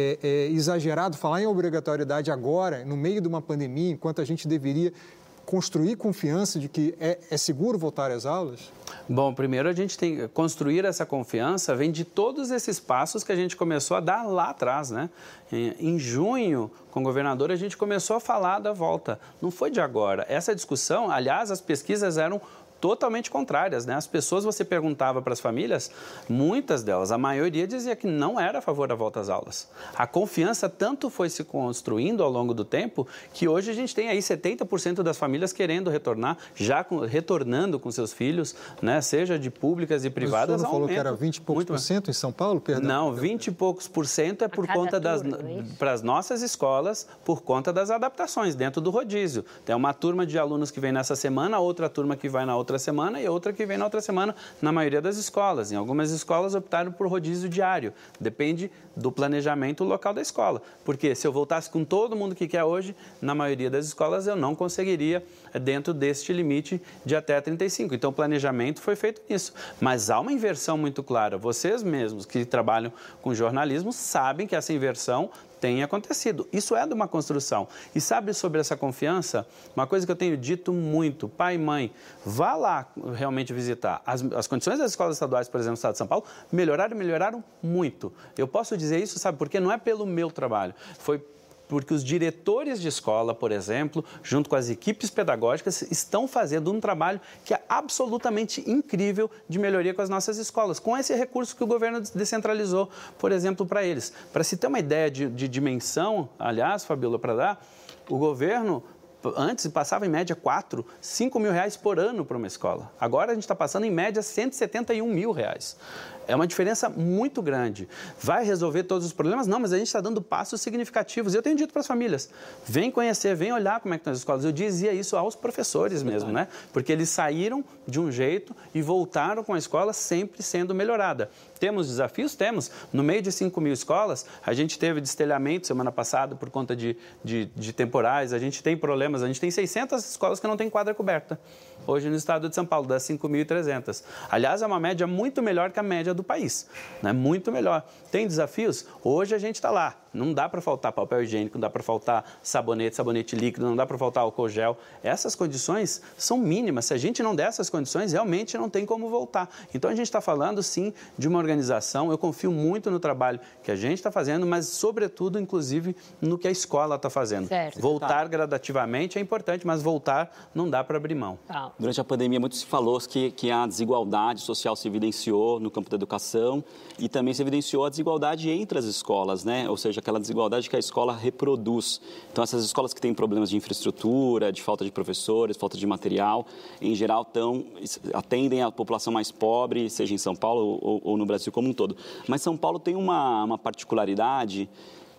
E: exagerado falar em obrigatoriedade agora, no meio de uma pandemia, enquanto a gente deveria construir confiança de que é seguro voltar às aulas?
C: Bom, primeiro a gente tem que construir essa confiança, vem de todos esses passos que a gente começou a dar lá atrás, né? Em junho, com o governador, a gente começou a falar da volta. Não foi de agora. Essa discussão, aliás, as pesquisas eram totalmente contrárias, né? As pessoas, você perguntava para as famílias, muitas delas, a maioria dizia que não era a favor da volta às aulas. A confiança tanto foi se construindo ao longo do tempo, que hoje a gente tem aí 70% das famílias querendo retornar, retornando com seus filhos, né? Seja de públicas e privadas.
E: Mas o senhor não falou que era 20 e poucos por cento em São Paulo? Perdão.
C: Não, 20 e poucos por cento é por conta para as nossas escolas, por conta das adaptações dentro do rodízio. Tem uma turma de alunos que vem nessa semana, outra turma que vai na outra semana e outra que vem na outra semana, na maioria das escolas. Em algumas escolas optaram por rodízio diário. Depende do planejamento local da escola. Porque se eu voltasse com todo mundo que quer hoje, na maioria das escolas eu não conseguiria dentro deste limite de até 35. Então o planejamento foi feito nisso. Mas há uma inversão muito clara. Vocês mesmos que trabalham com jornalismo sabem que essa inversão tem acontecido. Isso é de uma construção. E sabe sobre essa confiança? Uma coisa que eu tenho dito muito, pai e mãe, vá lá realmente visitar. As condições das escolas estaduais, por exemplo, no estado de São Paulo, melhoraram muito. Eu posso dizer isso, sabe, porque não é pelo meu trabalho. Foi porque os diretores de escola, por exemplo, junto com as equipes pedagógicas, estão fazendo um trabalho que é absolutamente incrível de melhoria com as nossas escolas, com esse recurso que o governo descentralizou, por exemplo, para eles. Para se ter uma ideia de dimensão, aliás, Fabíola, para dar, o governo antes passava em média 4, 5 mil reais por ano para uma escola. Agora a gente está passando em média 171 mil reais. É uma diferença muito grande. Vai resolver todos os problemas? Não, mas a gente está dando passos significativos. Eu tenho dito para as famílias, vem conhecer, vem olhar como é que estão as escolas. Eu dizia isso aos professores mesmo, né? Porque eles saíram de um jeito e voltaram com a escola sempre sendo melhorada. Temos desafios? Temos. No meio de 5 mil escolas, a gente teve destelhamento semana passada por conta de temporais, a gente tem problemas, a gente tem 600 escolas que não têm quadra coberta. Hoje no estado de São Paulo, das 5.300. Aliás, é uma média muito melhor que a média do país, né? Muito melhor. Tem desafios? Hoje a gente está lá. Não dá para faltar papel higiênico, não dá para faltar sabonete líquido, não dá para faltar álcool gel. Essas condições são mínimas. Se a gente não der essas condições, realmente não tem como voltar. Então, a gente está falando, sim, de uma organização. Eu confio muito no trabalho que a gente está fazendo, mas, sobretudo, inclusive, no que a escola está fazendo.
A: Certo.
C: Voltar gradativamente é importante, mas voltar não dá para abrir mão.
F: Durante a pandemia, muito se falou que a desigualdade social se evidenciou no campo da educação e também se evidenciou a desigualdade entre as escolas, né? Ou seja, aquela desigualdade que a escola reproduz. Então, essas escolas que têm problemas de infraestrutura, de falta de professores, falta de material, em geral, atendem a população mais pobre, seja em São Paulo ou no Brasil como um todo. Mas São Paulo tem uma particularidade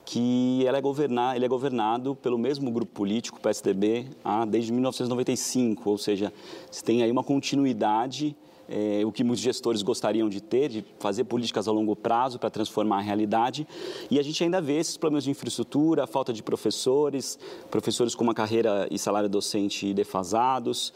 F: que ele é governado pelo mesmo grupo político, PSDB, desde 1995, ou seja, se tem aí uma continuidade, o que muitos gestores gostariam de ter, de fazer políticas a longo prazo para transformar a realidade. E a gente ainda vê esses problemas de infraestrutura, falta de professores com uma carreira e salário docente defasados,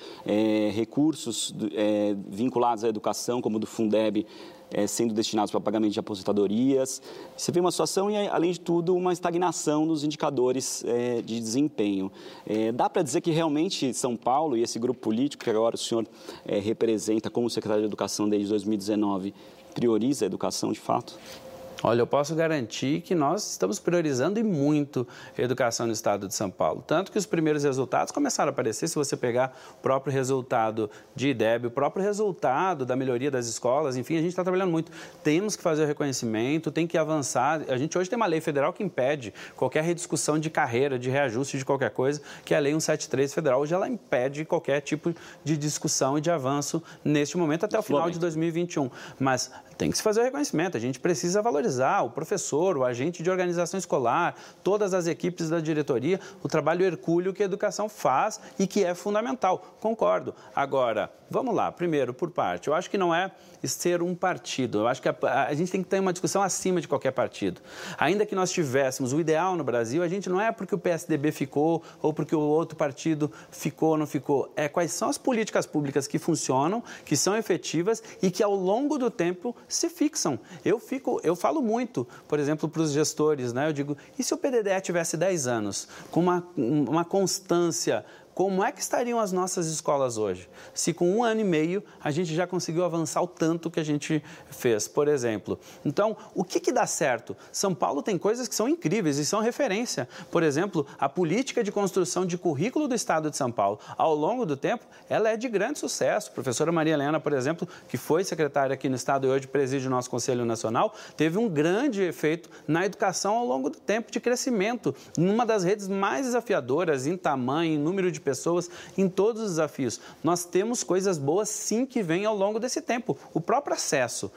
F: recursos vinculados à educação, como do Fundeb, sendo destinados para pagamento de aposentadorias. Você vê uma situação e, além de tudo, uma estagnação nos indicadores de desempenho. Dá para dizer que realmente São Paulo e esse grupo político, que agora o senhor representa como secretário de Educação desde 2019, prioriza a educação de fato?
C: Olha, eu posso garantir que nós estamos priorizando e muito a educação no estado de São Paulo. Tanto que os primeiros resultados começaram a aparecer, se você pegar o próprio resultado de IDEB, o próprio resultado da melhoria das escolas, enfim, a gente está trabalhando muito. Temos que fazer o reconhecimento, tem que avançar. A gente hoje tem uma lei federal que impede qualquer rediscussão de carreira, de reajuste de qualquer coisa, que é a Lei 173 federal. Hoje ela impede qualquer tipo de discussão e de avanço neste momento até o final de 2021. Mas tem que se fazer o reconhecimento, a gente precisa valorizar o professor, o agente de organização escolar, todas as equipes da diretoria, o trabalho hercúleo que a educação faz e que é fundamental. Concordo. Agora, vamos lá, primeiro, por parte. Eu acho que não é ser um partido. Eu acho que a gente tem que ter uma discussão acima de qualquer partido. Ainda que nós tivéssemos o ideal no Brasil, a gente não é porque o PSDB ficou ou porque o outro partido ficou ou não ficou. É quais são as políticas públicas que funcionam, que são efetivas e que ao longo do tempo se fixam. Eu falo muito, por exemplo, para os gestores, né? Eu digo, e se o PDDE tivesse 10 anos, com uma constância, como é que estariam as nossas escolas hoje? Se com 1 ano e meio a gente já conseguiu avançar o tanto que a gente fez, por exemplo. Então, o que dá certo? São Paulo tem coisas que são incríveis e são referência. Por exemplo, a política de construção de currículo do Estado de São Paulo, ao longo do tempo, ela é de grande sucesso. A professora Maria Helena, por exemplo, que foi secretária aqui no Estado e hoje preside o nosso Conselho Nacional, teve um grande efeito na educação ao longo do tempo de crescimento, numa das redes mais desafiadoras em tamanho, em número de pessoas, em todos os desafios. Nós temos coisas boas, sim, que vêm ao longo desse tempo. O próprio acesso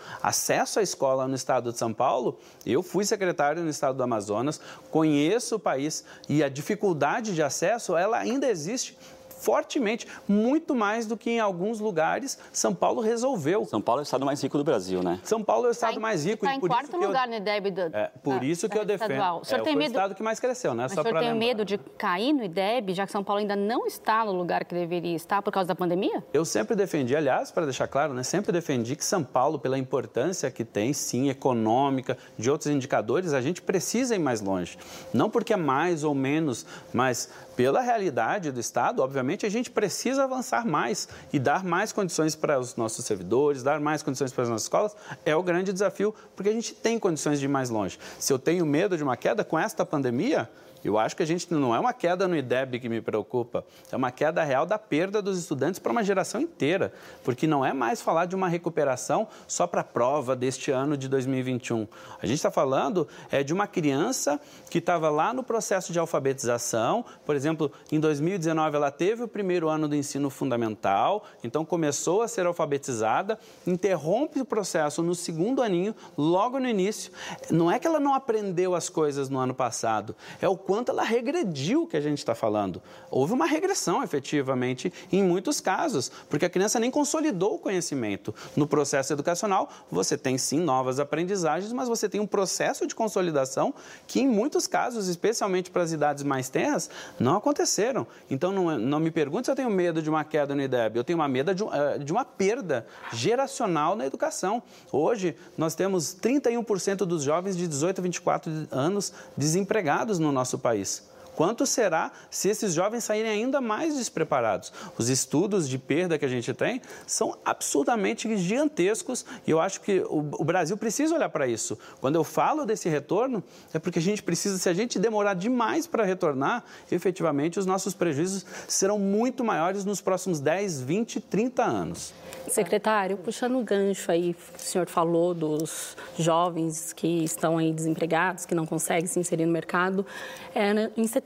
C: à escola no estado de São Paulo, eu fui secretário no estado do Amazonas, conheço o país e a dificuldade de acesso, ela ainda existe fortemente, muito mais do que em alguns lugares São Paulo resolveu.
F: São Paulo é o estado mais rico do Brasil, né?
C: São Paulo é o estado mais rico.
H: Está em quarto lugar no IDEB
C: por isso que eu defendo. Foi o estado que mais cresceu, né?
H: Mas o senhor tem medo de cair no IDEB, já que São Paulo ainda não está no lugar que deveria estar por causa da pandemia?
C: Eu sempre defendi, aliás, para deixar claro, né? Sempre defendi que São Paulo, pela importância que tem, sim, econômica, de outros indicadores, a gente precisa ir mais longe. Não porque é mais ou menos, mas pela realidade do Estado, obviamente, a gente precisa avançar mais e dar mais condições para os nossos servidores, dar mais condições para as nossas escolas, é o grande desafio, porque a gente tem condições de ir mais longe. Se eu tenho medo de uma queda com esta pandemia, eu acho que a gente não é uma queda no IDEB que me preocupa, é uma queda real da perda dos estudantes para uma geração inteira, porque não é mais falar de uma recuperação só para a prova deste ano de 2021. A gente está falando de uma criança que estava lá no processo de alfabetização, por exemplo, em 2019 ela teve o primeiro ano do ensino fundamental, então começou a ser alfabetizada, interrompe o processo no segundo aninho, logo no início. Não é que ela não aprendeu as coisas no ano passado, é o quanto ela regrediu, que a gente está falando. Houve uma regressão, efetivamente, em muitos casos, porque a criança nem consolidou o conhecimento. No processo educacional, você tem, sim, novas aprendizagens, mas você tem um processo de consolidação que, em muitos casos, especialmente para as idades mais tenras, não aconteceram. Então, não me pergunte se eu tenho medo de uma queda no IDEB. Eu tenho uma medo de uma perda geracional na educação. Hoje, nós temos 31% dos jovens de 18 a 24 anos desempregados no nosso país. Quanto será se esses jovens saírem ainda mais despreparados? Os estudos de perda que a gente tem são absurdamente gigantescos e eu acho que o Brasil precisa olhar para isso. Quando eu falo desse retorno, é porque a gente precisa, se a gente demorar demais para retornar, efetivamente os nossos prejuízos serão muito maiores nos próximos 10, 20, 30 anos.
G: Secretário, puxando o gancho aí, o senhor falou dos jovens que estão aí desempregados, que não conseguem se inserir no mercado. Em setembro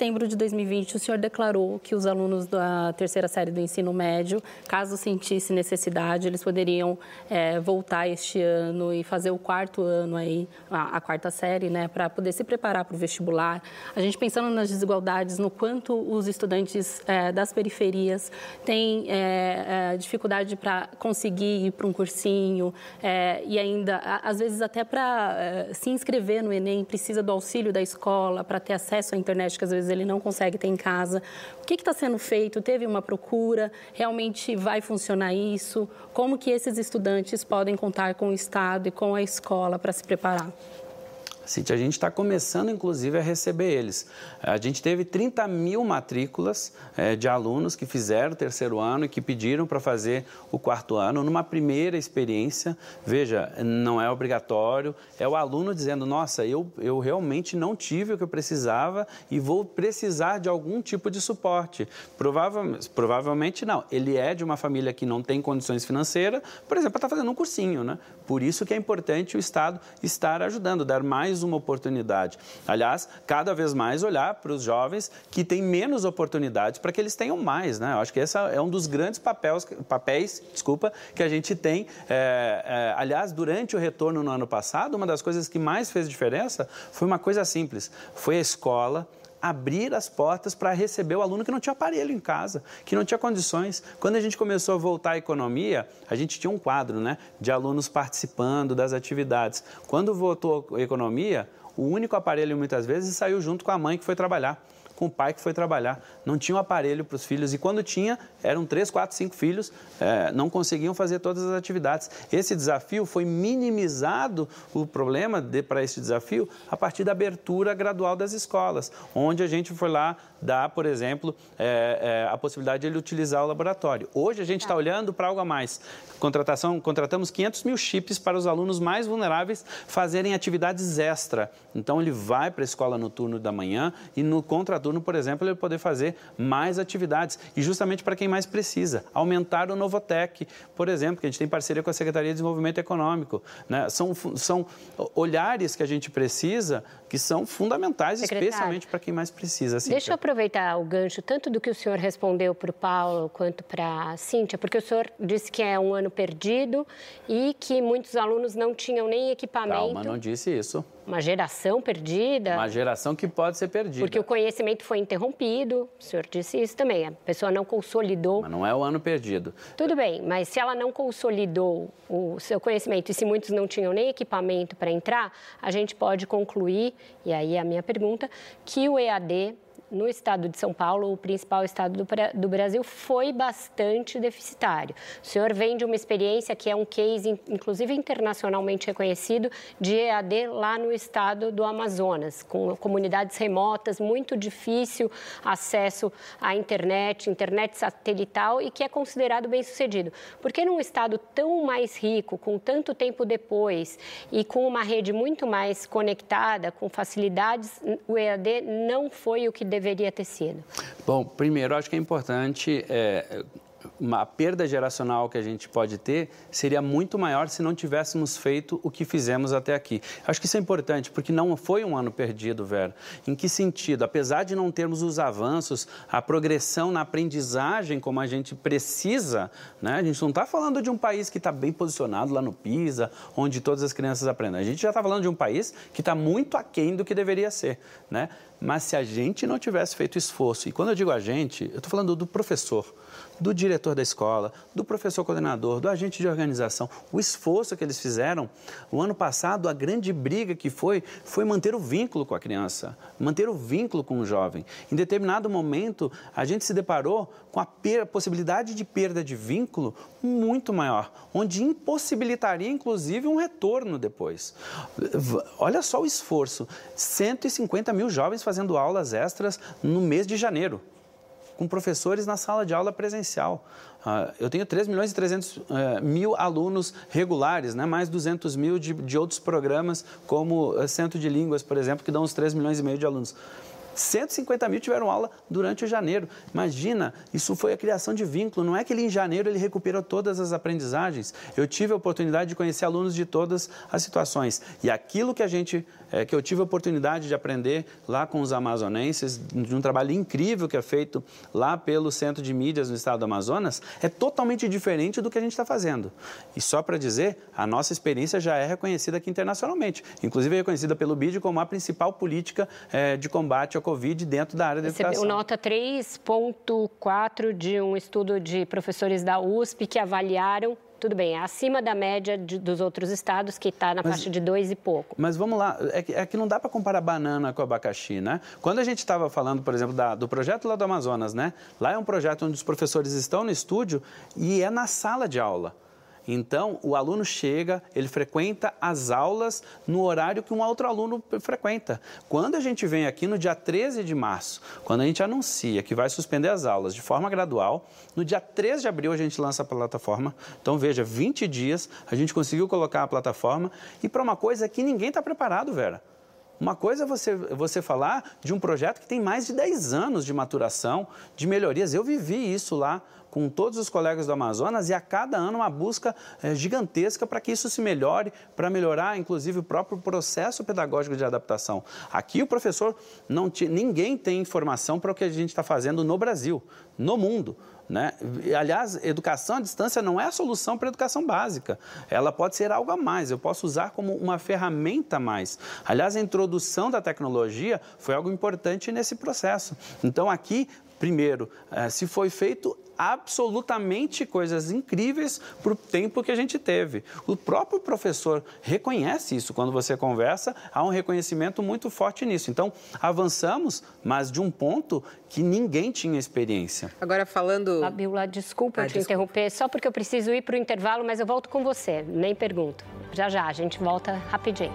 G: setembro de 2020, o senhor declarou que os alunos da terceira série do ensino médio, caso sentisse necessidade, eles poderiam voltar este ano e fazer o quarto ano aí, a quarta série, né, para poder se preparar para o vestibular. A gente pensando nas desigualdades, no quanto os estudantes das periferias têm dificuldade para conseguir ir para um cursinho e ainda, às vezes, até para se inscrever no Enem, precisa do auxílio da escola para ter acesso à internet, que às vezes ele não consegue ter em casa. O que está sendo feito? Teve uma procura? Realmente vai funcionar isso? Como que esses estudantes podem contar com o Estado e com a escola para se preparar?
C: Cíntia, a gente está começando, inclusive, a receber eles. A gente teve 30 mil matrículas de alunos que fizeram o terceiro ano e que pediram para fazer o quarto ano numa primeira experiência. Veja, não é obrigatório, é o aluno dizendo, nossa, eu realmente não tive o que eu precisava e vou precisar de algum tipo de suporte. Provavelmente não. Ele é de uma família que não tem condições financeiras, por exemplo, está fazendo um cursinho, né? Por isso que é importante o Estado estar ajudando, dar mais uma oportunidade. Aliás, cada vez mais olhar para os jovens que têm menos oportunidades para que eles tenham mais, né? Eu acho que esse é um dos grandes papéis que a gente tem. Aliás, durante o retorno no ano passado, uma das coisas que mais fez diferença foi uma coisa simples, foi a escola abrir as portas para receber o aluno que não tinha aparelho em casa, que não tinha condições. Quando a gente começou a voltar à economia, a gente tinha um quadro, né, de alunos participando das atividades. Quando voltou a economia, o único aparelho muitas vezes saiu junto com a mãe que foi trabalhar, com o pai que foi trabalhar. Não tinha um aparelho para os filhos e quando tinha, eram 3, 4, 5 filhos, não conseguiam fazer todas as atividades. Esse desafio foi minimizado, o problema para esse desafio, a partir da abertura gradual das escolas, onde a gente foi lá dar, por exemplo, a possibilidade de ele utilizar o laboratório. Hoje a gente está olhando para algo a mais. Contratamos 500 mil chips para os alunos mais vulneráveis fazerem atividades extra. Então, ele vai para a escola no turno da manhã e no contraturno, por exemplo, ele poder fazer mais atividades. E justamente para quem mais precisa. Aumentar o Novotec, por exemplo, que a gente tem parceria com a Secretaria de Desenvolvimento Econômico, né? São olhares que a gente precisa que são fundamentais, especialmente para quem mais precisa. Cíntia.
A: Deixa eu aproveitar o gancho, tanto do que o senhor respondeu para o Paulo quanto para a Cíntia, porque o senhor disse que é um ano perdido e que muitos alunos não tinham nem equipamento.
C: Calma, não disse isso.
A: Uma geração perdida.
C: Uma geração que pode ser perdida.
A: Porque o conhecimento foi interrompido, o senhor disse isso também, a pessoa não consolidou.
C: Mas não é o ano perdido.
A: Tudo bem, mas se ela não consolidou o seu conhecimento e se muitos não tinham nem equipamento para entrar, a gente pode concluir, e aí a minha pergunta, que o EAD no estado de São Paulo, o principal estado do Brasil, foi bastante deficitário. O senhor vem de uma experiência que é um case, inclusive internacionalmente reconhecido, de EAD lá no estado do Amazonas, com comunidades remotas, muito difícil acesso à internet satelital e que é considerado bem-sucedido. Porque num estado tão mais rico, com tanto tempo depois e com uma rede muito mais conectada, com facilidades, o EAD não foi o que deveria ter sido?
C: Bom, primeiro, acho que é importante, uma perda geracional que a gente pode ter seria muito maior se não tivéssemos feito o que fizemos até aqui. Acho que isso é importante, porque não foi um ano perdido, Vera. Em que sentido? Apesar de não termos os avanços, a progressão na aprendizagem como a gente precisa, né? A gente não está falando de um país que está bem posicionado lá no PISA, onde todas as crianças aprendem. A gente já está falando de um país que está muito aquém do que deveria ser, né? Mas se a gente não tivesse feito esforço, e quando eu digo a gente, eu estou falando do professor, do diretor da escola, do professor coordenador, do agente de organização, o esforço que eles fizeram. O ano passado, a grande briga que foi manter o vínculo com a criança, manter o vínculo com o jovem. Em determinado momento, a gente se deparou com a possibilidade de perda de vínculo muito maior, onde impossibilitaria, inclusive, um retorno depois. Olha só o esforço, 150 mil jovens fazendo aulas extras no mês de janeiro, com professores na sala de aula presencial. Eu tenho 3 milhões e 300 mil alunos regulares, né? Mais 200 mil de outros programas, como Centro de Línguas, por exemplo, que dão uns 3 milhões e meio de alunos. 150 mil tiveram aula durante o janeiro. Imagina, isso foi a criação de vínculo. Não é que ele, em janeiro, ele recuperou todas as aprendizagens. Eu tive a oportunidade de conhecer alunos de todas as situações. E aquilo que eu tive a oportunidade de aprender lá com os amazonenses, de um trabalho incrível que é feito lá pelo Centro de Mídias no estado do Amazonas, é totalmente diferente do que a gente está fazendo. E só para dizer, a nossa experiência já é reconhecida aqui internacionalmente. Inclusive é reconhecida pelo BID como a principal política de combate ao Covid dentro da área da educação.
A: Recebeu nota 3,4 de um estudo de professores da USP que avaliaram. Tudo bem, é acima da média dos outros estados, que está na faixa de 2 e pouco.
C: Mas vamos lá, é que não dá para comparar banana com abacaxi, né? Quando a gente estava falando, por exemplo, do projeto lá do Amazonas, né? Lá é um projeto onde os professores estão no estúdio e é na sala de aula. Então, o aluno chega, ele frequenta as aulas no horário que um outro aluno frequenta. Quando a gente vem aqui no dia 13 de março, quando a gente anuncia que vai suspender as aulas de forma gradual, no dia 13 de abril a gente lança a plataforma. Então, veja, 20 dias a gente conseguiu colocar a plataforma e para uma coisa que ninguém está preparado, Vera. Uma coisa é você falar de um projeto que tem mais de 10 anos de maturação, de melhorias. Eu vivi isso lá com todos os colegas do Amazonas e a cada ano uma busca gigantesca para que isso se melhore, para melhorar, inclusive, o próprio processo pedagógico de adaptação. Aqui o professor, ninguém tem informação para o que a gente está fazendo no Brasil, no mundo. Né? Aliás, educação à distância não é a solução para a educação básica. Ela pode ser algo a mais, eu posso usar como uma ferramenta a mais. Aliás, a introdução da tecnologia foi algo importante nesse processo. Então, aqui, primeiro, se foi feito absolutamente coisas incríveis para o tempo que a gente teve. O próprio professor reconhece isso. Quando você conversa, há um reconhecimento muito forte nisso. Então, avançamos, mas de um ponto que ninguém tinha experiência.
D: Agora, falando...
A: Fabíola, desculpa te interromper, só porque eu preciso ir para o intervalo, mas eu volto com você, nem pergunto. Já, a gente volta rapidinho.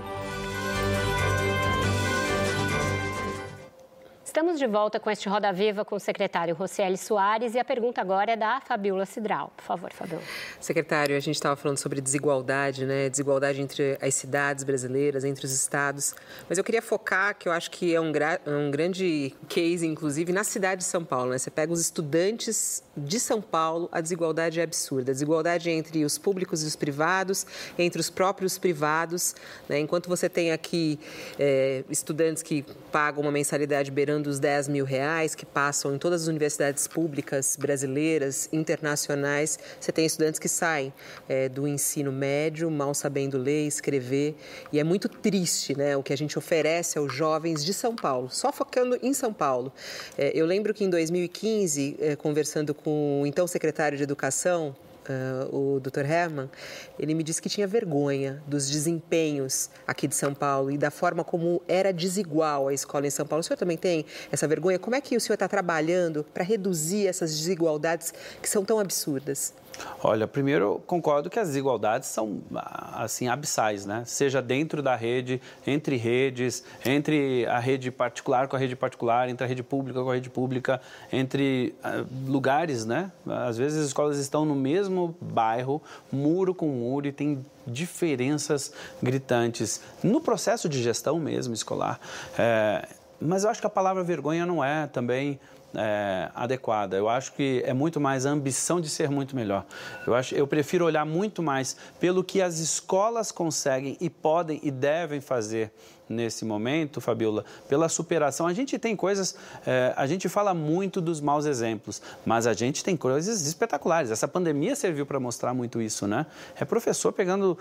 A: Estamos de volta com este Roda Viva com o secretário Rocieli Soares e a pergunta agora é da Fabíola Cidral. Por favor, Fabíola.
D: Secretário, a gente estava falando sobre desigualdade, né? Desigualdade entre as cidades brasileiras, entre os estados. Mas eu queria focar, que eu acho que é um grande case, inclusive, na cidade de São Paulo, né? Você pega os estudantes de São Paulo, a desigualdade é absurda. A desigualdade entre os públicos e os privados, entre os próprios privados, né? Enquanto você tem aqui estudantes que pagam uma mensalidade beirando dos 10 mil reais, que passam em todas as universidades públicas brasileiras, internacionais. Você tem estudantes que saem do ensino médio, mal sabendo ler, escrever. E é muito triste, né, o que a gente oferece aos jovens de São Paulo, só focando em São Paulo. Eu lembro que em 2015, conversando com o então secretário de Educação, o Dr. Herman, ele me disse que tinha vergonha dos desempenhos aqui de São Paulo e da forma como era desigual a escola em São Paulo. O senhor também tem essa vergonha? Como é que o senhor está trabalhando para reduzir essas desigualdades que são tão absurdas?
C: Olha, primeiro eu concordo que as desigualdades são, assim, abissais, né? Seja dentro da rede, entre redes, entre a rede particular com a rede particular, entre a rede pública com a rede pública, entre lugares, né? Às vezes as escolas estão no mesmo bairro, muro com muro, e tem diferenças gritantes no processo de gestão mesmo escolar. Mas eu acho que a palavra vergonha não é também adequada. Eu acho que é muito mais a ambição de ser muito melhor. Eu prefiro olhar muito mais pelo que as escolas conseguem e podem e devem fazer nesse momento, Fabíola, pela superação. A gente tem coisas, a gente fala muito dos maus exemplos, mas a gente tem coisas espetaculares. Essa pandemia serviu para mostrar muito isso, né? É professor pegando,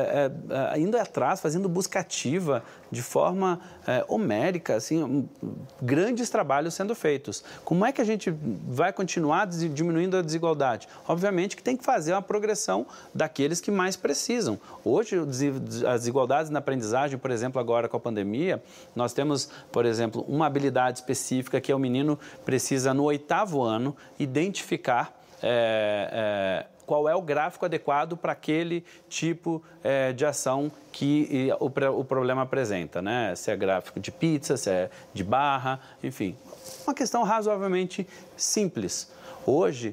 C: indo atrás, fazendo busca ativa de forma homérica, assim, grandes trabalhos sendo feitos. Como é que a gente vai continuar diminuindo a desigualdade? Obviamente que tem que fazer uma progressão daqueles que mais precisam. Hoje, as desigualdades na aprendizagem, por exemplo, agora com a pandemia, nós temos, por exemplo, uma habilidade específica que o menino precisa, no 8º ano, identificar qual é o gráfico adequado para aquele tipo de ação que o problema apresenta, né? Se é gráfico de pizza, se é de barra, enfim. Uma questão razoavelmente simples. Hoje,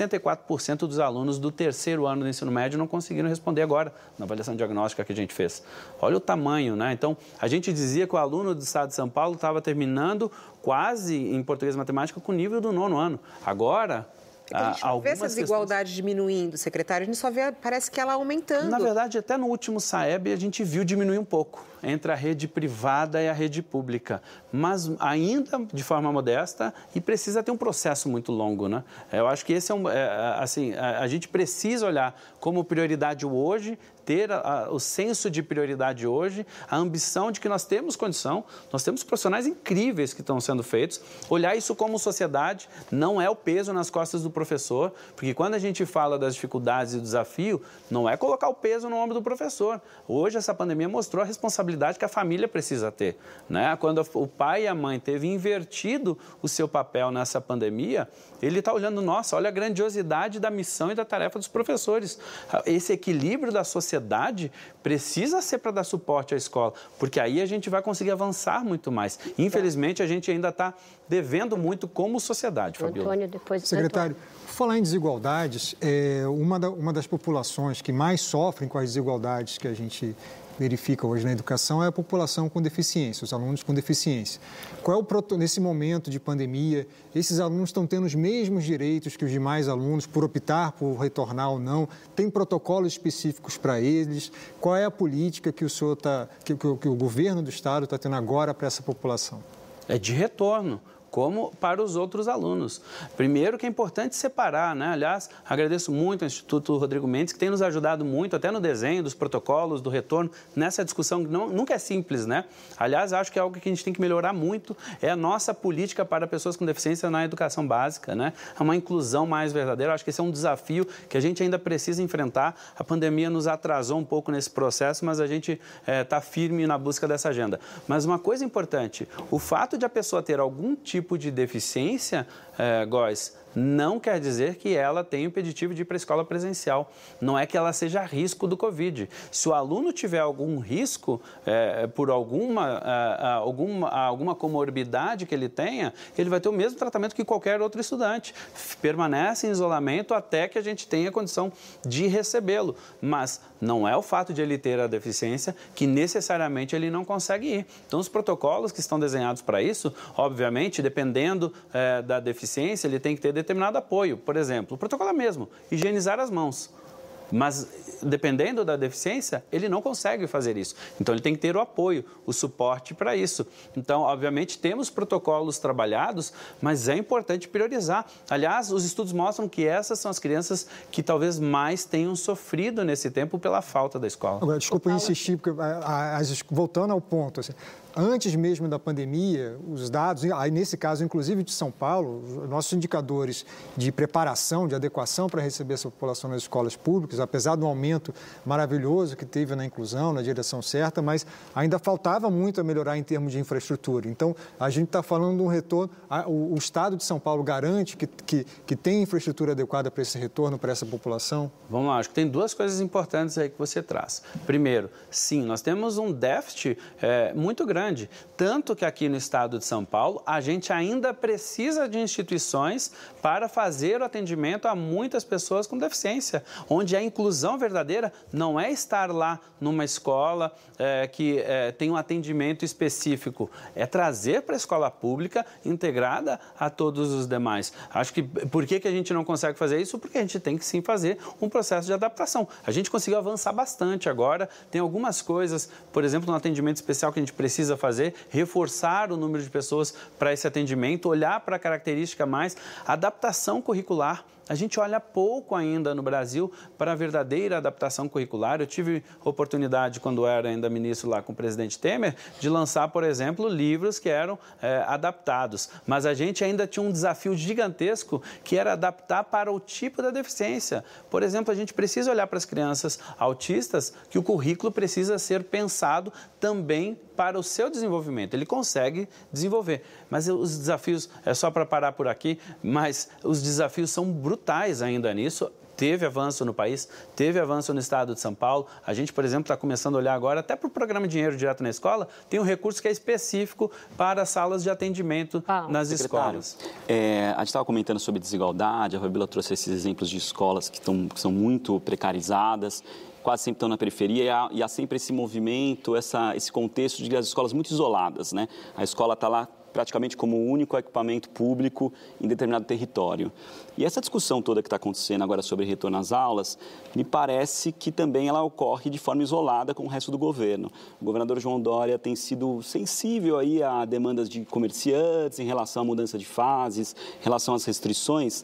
C: 64% dos alunos do terceiro ano do ensino médio não conseguiram responder agora na avaliação diagnóstica que a gente fez. Olha o tamanho, né? Então, a gente dizia que o aluno do estado de São Paulo estava terminando quase em português e matemática com o nível do 9º ano. Agora...
D: Então, a gente não vê essa desigualdade diminuindo, secretário, a gente só vê, parece que ela aumentando.
C: Na verdade, até no último SAEB a gente viu diminuir um pouco entre a rede privada e a rede pública, mas ainda de forma modesta e precisa ter um processo muito longo, né? Eu acho que esse a gente precisa olhar como prioridade hoje, ter o senso de prioridade hoje, a ambição de que nós temos condição, nós temos profissionais incríveis que estão sendo feitos, olhar isso como sociedade, não é o peso nas costas do professor, porque quando a gente fala das dificuldades e do desafio, não é colocar o peso no ombro do professor. Hoje essa pandemia mostrou a responsabilidade que a família precisa ter, né? Quando o pai e a mãe teve invertido o seu papel nessa pandemia, ele está olhando, nossa, olha a grandiosidade da missão e da tarefa dos professores. Esse equilíbrio da sociedade precisa ser para dar suporte à escola, porque aí a gente vai conseguir avançar muito mais. Infelizmente, a gente ainda está devendo muito como sociedade, Fabiola.
A: Antônio, depois...
E: Secretário, por falar em desigualdades, uma das populações que mais sofrem com as desigualdades que a gente verifica hoje na educação é a população com deficiência, os alunos com deficiência. Nesse momento de pandemia, esses alunos estão tendo os mesmos direitos que os demais alunos por optar por retornar ou não? Tem protocolos específicos para eles? Qual é a política que o governo do estado está tendo agora para essa população?
C: É de retorno, como para os outros alunos. Primeiro que é importante separar, né? Aliás, agradeço muito ao Instituto Rodrigo Mendes, que tem nos ajudado muito, até no desenho dos protocolos, do retorno, nessa discussão que nunca é simples, né? Aliás, acho que é algo que a gente tem que melhorar muito, é a nossa política para pessoas com deficiência na educação básica, né? É uma inclusão mais verdadeira. Acho que esse é um desafio que a gente ainda precisa enfrentar. A pandemia nos atrasou um pouco nesse processo, mas a gente está firme na busca dessa agenda. Mas uma coisa importante, o fato de a pessoa ter algum tipo de deficiência, Góes, não quer dizer que ela tem o impeditivo de ir para a escola presencial. Não é que ela seja risco do Covid. Se o aluno tiver algum risco por alguma comorbidade que ele tenha, ele vai ter o mesmo tratamento que qualquer outro estudante. Permanece em isolamento até que a gente tenha condição de recebê-lo. Mas não é o fato de ele ter a deficiência que necessariamente ele não consegue ir. Então, os protocolos que estão desenhados para isso, obviamente, dependendo da deficiência, ele tem que ter determinado apoio. Por exemplo, o protocolo é mesmo, higienizar as mãos. Mas, dependendo da deficiência, ele não consegue fazer isso. Então, ele tem que ter o apoio, o suporte para isso. Então, obviamente, temos protocolos trabalhados, mas é importante priorizar. Aliás, os estudos mostram que essas são as crianças que talvez mais tenham sofrido nesse tempo pela falta da escola.
E: Agora, desculpa insistir, porque voltando ao ponto, assim, antes mesmo da pandemia, os dados, aí nesse caso, inclusive de São Paulo, os nossos indicadores de preparação, de adequação para receber essa população nas escolas públicas, apesar do aumento maravilhoso que teve na inclusão, na direção certa, mas ainda faltava muito a melhorar em termos de infraestrutura. Então, a gente está falando de um retorno, o Estado de São Paulo garante que tem infraestrutura adequada para esse retorno, para essa população?
C: Vamos lá, acho que tem duas coisas importantes aí que você traz. Primeiro, sim, nós temos um déficit muito grande, tanto que aqui no estado de São Paulo, a gente ainda precisa de instituições para fazer o atendimento a muitas pessoas com deficiência, onde a inclusão verdadeira não é estar lá numa escola que tem um atendimento específico, é trazer para a escola pública integrada a todos os demais. Acho que, por que a gente não consegue fazer isso? Porque a gente tem que sim fazer um processo de adaptação. A gente conseguiu avançar bastante agora, tem algumas coisas, por exemplo, no atendimento especial que a gente precisa fazer, reforçar o número de pessoas para esse atendimento, olhar para a característica mais, adaptação curricular. A gente olha pouco ainda no Brasil para a verdadeira adaptação curricular. Eu tive oportunidade, quando era ainda ministro lá com o presidente Temer, de lançar, por exemplo, livros que eram adaptados. Mas a gente ainda tinha um desafio gigantesco, que era adaptar para o tipo da deficiência. Por exemplo, a gente precisa olhar para as crianças autistas, que o currículo precisa ser pensado também para o seu desenvolvimento. Ele consegue desenvolver, mas os desafios, é só para parar por aqui, mas os desafios são brutais ainda nisso, teve avanço no país, teve avanço no estado de São Paulo. A gente, por exemplo, está começando a olhar agora, até para o programa Dinheiro Direto na Escola, tem um recurso que é específico para salas de atendimento nas escolas.
F: A gente estava comentando sobre desigualdade, a Fabíola trouxe esses exemplos de escolas que são muito precarizadas, quase sempre estão na periferia, e há sempre esse movimento, esse contexto de as escolas muito isoladas, né? A escola está lá praticamente como o único equipamento público em determinado território. E essa discussão toda que está acontecendo agora sobre retorno às aulas, me parece que também ela ocorre de forma isolada com o resto do governo. O governador João Dória tem sido sensível aí a demandas de comerciantes em relação à mudança de fases, em relação às restrições.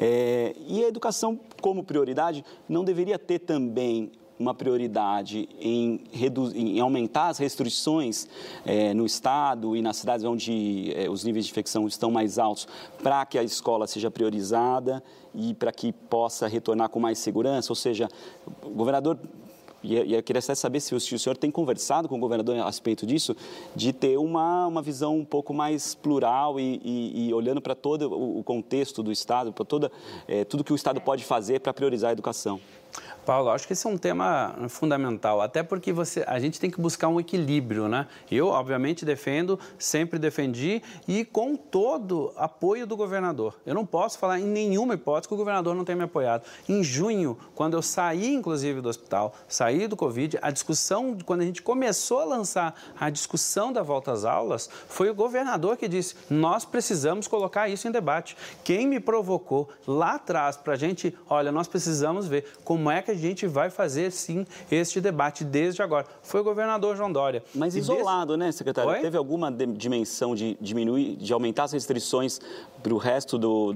F: E a educação, como prioridade, não deveria ter também uma prioridade em aumentar as restrições no estado e nas cidades onde os níveis de infecção estão mais altos, para que a escola seja priorizada e para que possa retornar com mais segurança. Ou seja, o governador... E eu queria saber se o senhor tem conversado com o governador a respeito disso, de ter uma visão um pouco mais plural e olhando para todo o contexto do estado, para tudo que o estado pode fazer para priorizar a educação.
C: Paulo, acho que esse é um tema fundamental, até porque a gente tem que buscar um equilíbrio, né? Eu, obviamente, sempre defendi e com todo apoio do governador. Eu não posso falar em nenhuma hipótese que o governador não tenha me apoiado. Em junho, quando eu saí, inclusive, do hospital, saí do Covid, a discussão, quando a gente começou a lançar a discussão da volta às aulas, foi o governador que disse, nós precisamos colocar isso em debate. Quem me provocou lá atrás para a gente, olha, nós precisamos ver como é que a gente vai fazer, sim, este debate desde agora. Foi o governador João Dória.
F: Mas isolado, né, secretário? Oi? Teve alguma dimensão de diminuir, de aumentar as restrições para o resto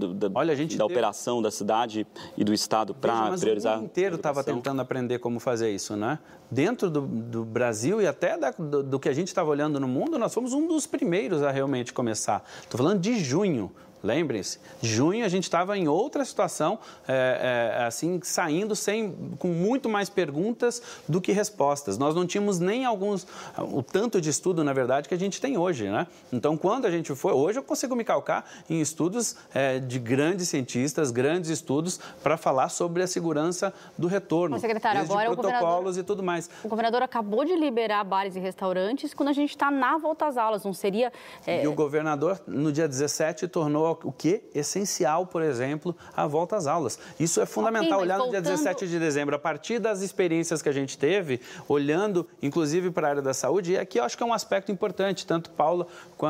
F: da operação da cidade e do estado para priorizar? O mundo
C: inteiro estava tentando aprender como fazer isso, né? Dentro do Brasil e até do que a gente estava olhando no mundo, nós fomos um dos primeiros a realmente começar. Estou falando de junho. Lembrem-se, junho a gente estava em outra situação, assim, saindo com muito mais perguntas do que respostas. Nós não tínhamos nem o tanto de estudo, na verdade, que a gente tem hoje, né? Então, quando a gente foi, hoje eu consigo me calcar em estudos de grandes cientistas, grandes estudos, para falar sobre a segurança do retorno,
H: secretário,
C: desde
H: agora
C: protocolos e tudo mais.
H: O governador acabou de liberar bares e restaurantes quando a gente está na volta às aulas, não seria...
C: E o governador, no dia 17, tornou o que? Essencial, por exemplo, a volta às aulas. Isso é fundamental, olhar no dia 17 de dezembro, a partir das experiências que a gente teve, olhando, inclusive, para a área da saúde, e aqui eu acho que é um aspecto importante, tanto Paulo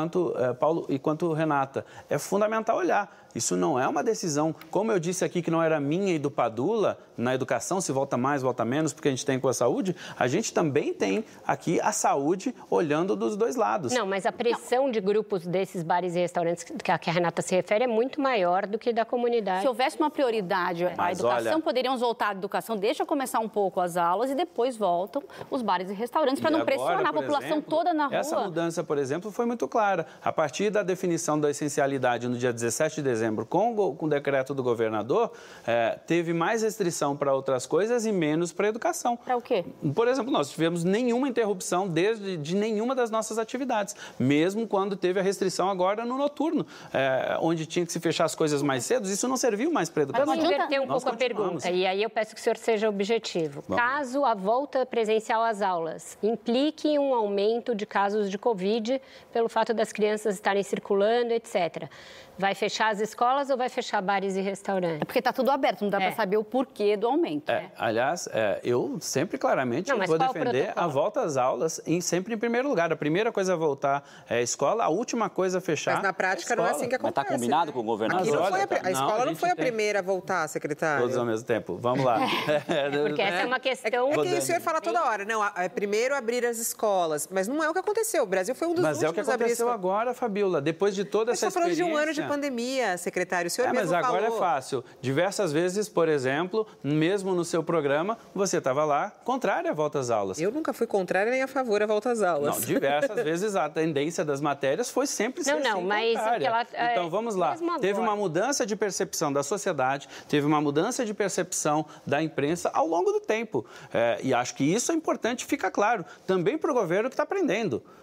C: quanto Renata. É fundamental olhar. Isso não é uma decisão, como eu disse aqui, que não era minha e do Padula, na educação, se volta mais, volta menos, porque a gente tem com a saúde, a gente também tem aqui a saúde olhando dos dois lados.
A: Não, mas a pressão de grupos desses bares e restaurantes que a Renata se refere é muito maior do que da comunidade.
H: Se houvesse uma prioridade à educação, poderíamos voltar à educação, deixa começar um pouco as aulas e depois voltam os bares e restaurantes, para não pressionar a população toda na rua.
C: Essa mudança, por exemplo, foi muito clara. A partir da definição da essencialidade no dia 17 de dezembro, com o decreto do governador, teve mais restrição para outras coisas e menos para a educação.
H: Para o quê?
C: Por exemplo, nós tivemos nenhuma interrupção de nenhuma das nossas atividades, mesmo quando teve a restrição agora no noturno, onde tinha que se fechar as coisas mais cedo, isso não serviu mais para a educação.
A: Vamos inverter um pouco a pergunta, e aí eu peço que o senhor seja objetivo. Bom. Caso a volta presencial às aulas implique um aumento de casos de Covid, pelo fato das crianças estarem circulando, etc., vai fechar as escolas ou vai fechar bares e restaurantes?
H: É porque está tudo aberto, não dá para saber o porquê do aumento. Né?
C: Aliás, eu sempre claramente vou defender a volta às aulas sempre em primeiro lugar. A primeira coisa é voltar à escola, a última coisa é fechar.
D: Mas na prática não é assim que acontece.
F: Mas está combinado com o governador?
D: A escola não foi a primeira a voltar, secretário.
C: Todos ao mesmo tempo. Vamos lá.
A: Porque essa é uma questão...
D: É que o senhor fala toda hora, não, primeiro abrir as escolas, mas não é o que aconteceu. O Brasil foi um dos últimos a abrir.
C: Mas é o que aconteceu agora, Fabíola, depois de toda essa experiência...
D: Você está falando de um ano de pandemia, secretário, o senhor mesmo
C: falou. Mas agora
D: falou.
C: É fácil. Diversas vezes, por exemplo, mesmo no seu programa, você estava lá contrário à volta às aulas.
D: Eu nunca fui contrária nem a favor à volta às aulas.
C: Não, diversas vezes a tendência das matérias foi sempre ser
A: mas
C: contrária. Então, vamos lá. Teve uma mudança de percepção da sociedade, teve uma mudança de percepção da imprensa ao longo do tempo. E acho que isso é importante, fica claro, também para o governo que está aprendendo.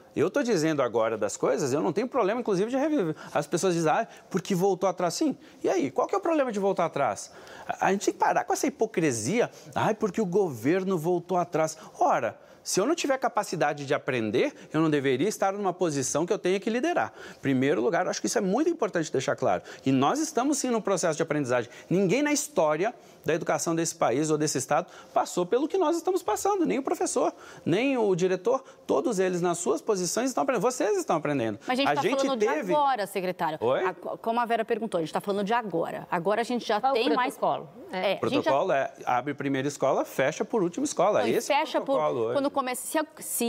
C: Eu estou dizendo agora das coisas, eu não tenho problema, inclusive, de reviver. As pessoas dizem, porque voltou atrás. Sim. E aí, qual que é o problema de voltar atrás? A gente tem que parar com essa hipocrisia. Porque o governo voltou atrás. Ora, se eu não tiver capacidade de aprender, eu não deveria estar numa posição que eu tenha que liderar. Primeiro lugar, eu acho que isso é muito importante deixar claro. E nós estamos, sim, no processo de aprendizagem. Ninguém na história da educação desse país ou desse estado passou pelo que nós estamos passando. Nem o professor, nem o diretor. Todos eles, nas suas posições, estão aprendendo. Vocês estão aprendendo.
H: Mas a gente está falando de agora, secretário.
C: Oi?
H: Como a Vera perguntou, a gente está falando de agora. Agora a gente já tem mais...
A: protocolo?
C: O protocolo abre primeira escola, fecha por última escola.
H: Não,
C: esse
H: fecha
C: é o protocolo hoje.
H: Quando começa,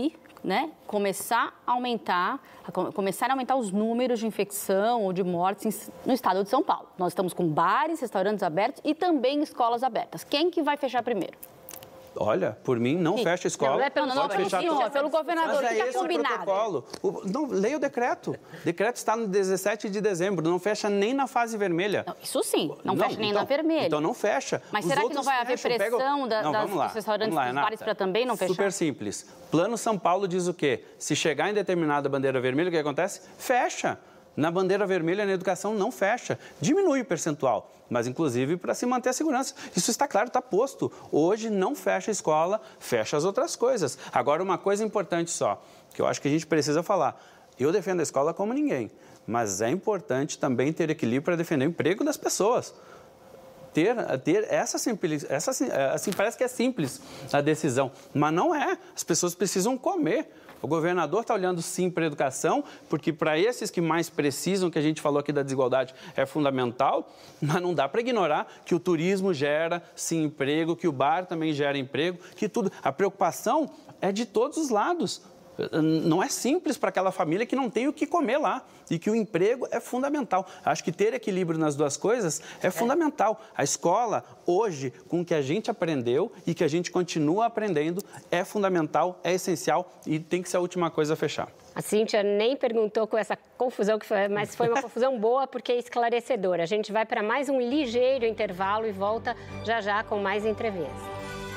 H: começar a aumentar os números de infecção ou de mortes no estado de São Paulo. Nós estamos com bares, restaurantes abertos e também escolas abertas. Quem que vai fechar primeiro?
C: Olha, por mim, não fecha a escola.
H: Não é pelo senhor, pelo governador.
C: Mas
H: que está combinado.
C: Protocolo. Não, leia o decreto. O decreto está no 17 de dezembro. Não fecha nem na fase vermelha.
H: Não, isso sim, não fecha nem na vermelha.
C: Então não fecha.
H: Mas será que não vai haver pressão dos restaurantes, dos bares para também não fechar?
C: Super simples. Plano São Paulo diz o quê? Se chegar em determinada bandeira vermelha, o que acontece? Fecha. Na bandeira vermelha, na educação, não fecha. Diminui o percentual, mas, inclusive, para se manter a segurança. Isso está claro, está posto. Hoje não fecha a escola, fecha as outras coisas. Agora, uma coisa importante só, que eu acho que a gente precisa falar. Eu defendo a escola como ninguém, mas é importante também ter equilíbrio para defender o emprego das pessoas. Ter essa simplicidade, assim, parece que é simples a decisão, mas não é. As pessoas precisam comer. O governador está olhando sim para a educação, porque para esses que mais precisam, que a gente falou aqui da desigualdade, é fundamental, mas não dá para ignorar que o turismo gera sim emprego, que o bar também gera emprego, que tudo. A preocupação é de todos os lados. Não é simples para aquela família que não tem o que comer lá e que o emprego é fundamental. Acho que ter equilíbrio nas duas coisas é fundamental. A escola, hoje, com o que a gente aprendeu e que a gente continua aprendendo, é fundamental, é essencial e tem que ser a última coisa a fechar.
A: A Cíntia nem perguntou com essa confusão que foi, mas foi uma confusão boa porque é esclarecedora. A gente vai para mais um ligeiro intervalo e volta já já com mais entrevista.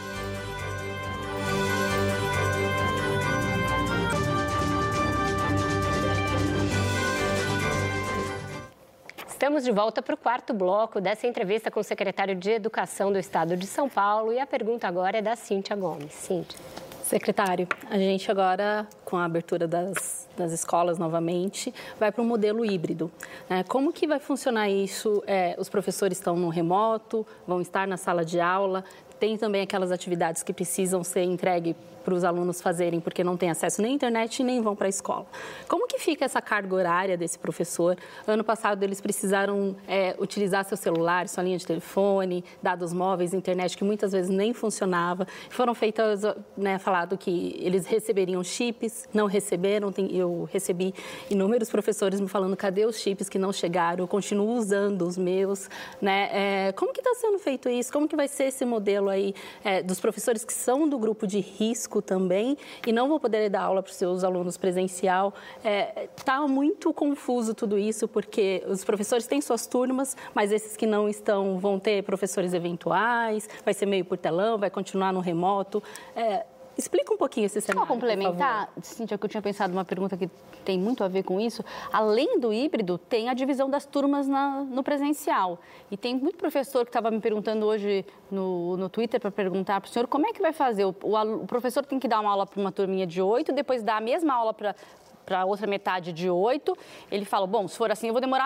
A: Estamos de volta para o quarto bloco dessa entrevista com o secretário de Educação do Estado de São Paulo e a pergunta agora é da Cíntia Gomes. Cíntia.
G: Secretário, a gente agora, com a abertura das escolas novamente, vai para um modelo híbrido. Como que vai funcionar isso? Os professores estão no remoto, vão estar na sala de aula, tem também aquelas atividades que precisam ser entregues para os alunos fazerem, porque não têm acesso nem à internet e nem vão para a escola. Como que fica essa carga horária desse professor? Ano passado, eles precisaram utilizar seu celular, sua linha de telefone, dados móveis, internet, que muitas vezes nem funcionava. Foram feitas, falado que eles receberiam chips, não receberam. Eu recebi inúmeros professores me falando, cadê os chips que não chegaram? Eu continuo usando os meus. Como que está sendo feito isso? Como que vai ser esse modelo aí dos professores que são do grupo de risco também e não vão poder dar aula para os seus alunos presencial? Está muito confuso tudo isso, porque os professores têm suas turmas, mas esses que não estão vão ter professores eventuais, vai ser meio por telão, vai continuar no remoto. Explica um pouquinho esse cenário,
H: para complementar, Cíntia, que eu tinha pensado uma pergunta que tem muito a ver com isso. Além do híbrido, tem a divisão das turmas no presencial. E tem muito professor que estava me perguntando hoje no Twitter para perguntar para o senhor como é que vai fazer. O professor tem que dar uma aula para uma turminha de 8, depois dar a mesma aula para a outra metade de 8. Ele fala, bom, se for assim eu vou demorar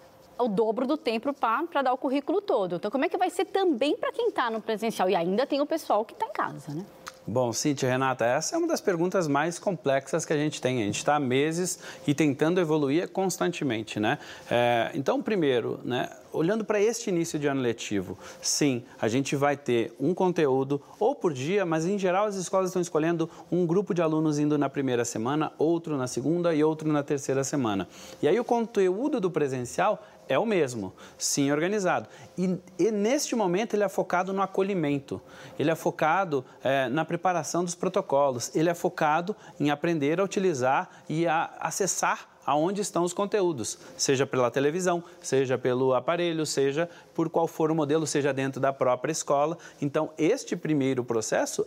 H: o dobro do tempo para dar o currículo todo. Então, como é que vai ser também para quem está no presencial? E ainda tem o pessoal que está em casa, né?
C: Bom, Cíntia, Renata, essa é uma das perguntas mais complexas que a gente tem. A gente está há meses e tentando evoluir constantemente, né? Então, primeiro, olhando para este início de ano letivo, sim, a gente vai ter um conteúdo ou por dia, mas em geral as escolas estão escolhendo um grupo de alunos indo na primeira semana, outro na segunda e outro na terceira semana. E aí o conteúdo do presencial é o mesmo, sim, organizado. E neste momento ele é focado no acolhimento, ele é focado na preparação dos protocolos, ele é focado em aprender a utilizar e a acessar aonde estão os conteúdos, seja pela televisão, seja pelo aparelho, seja por qual for o modelo, seja dentro da própria escola. Então, este primeiro processo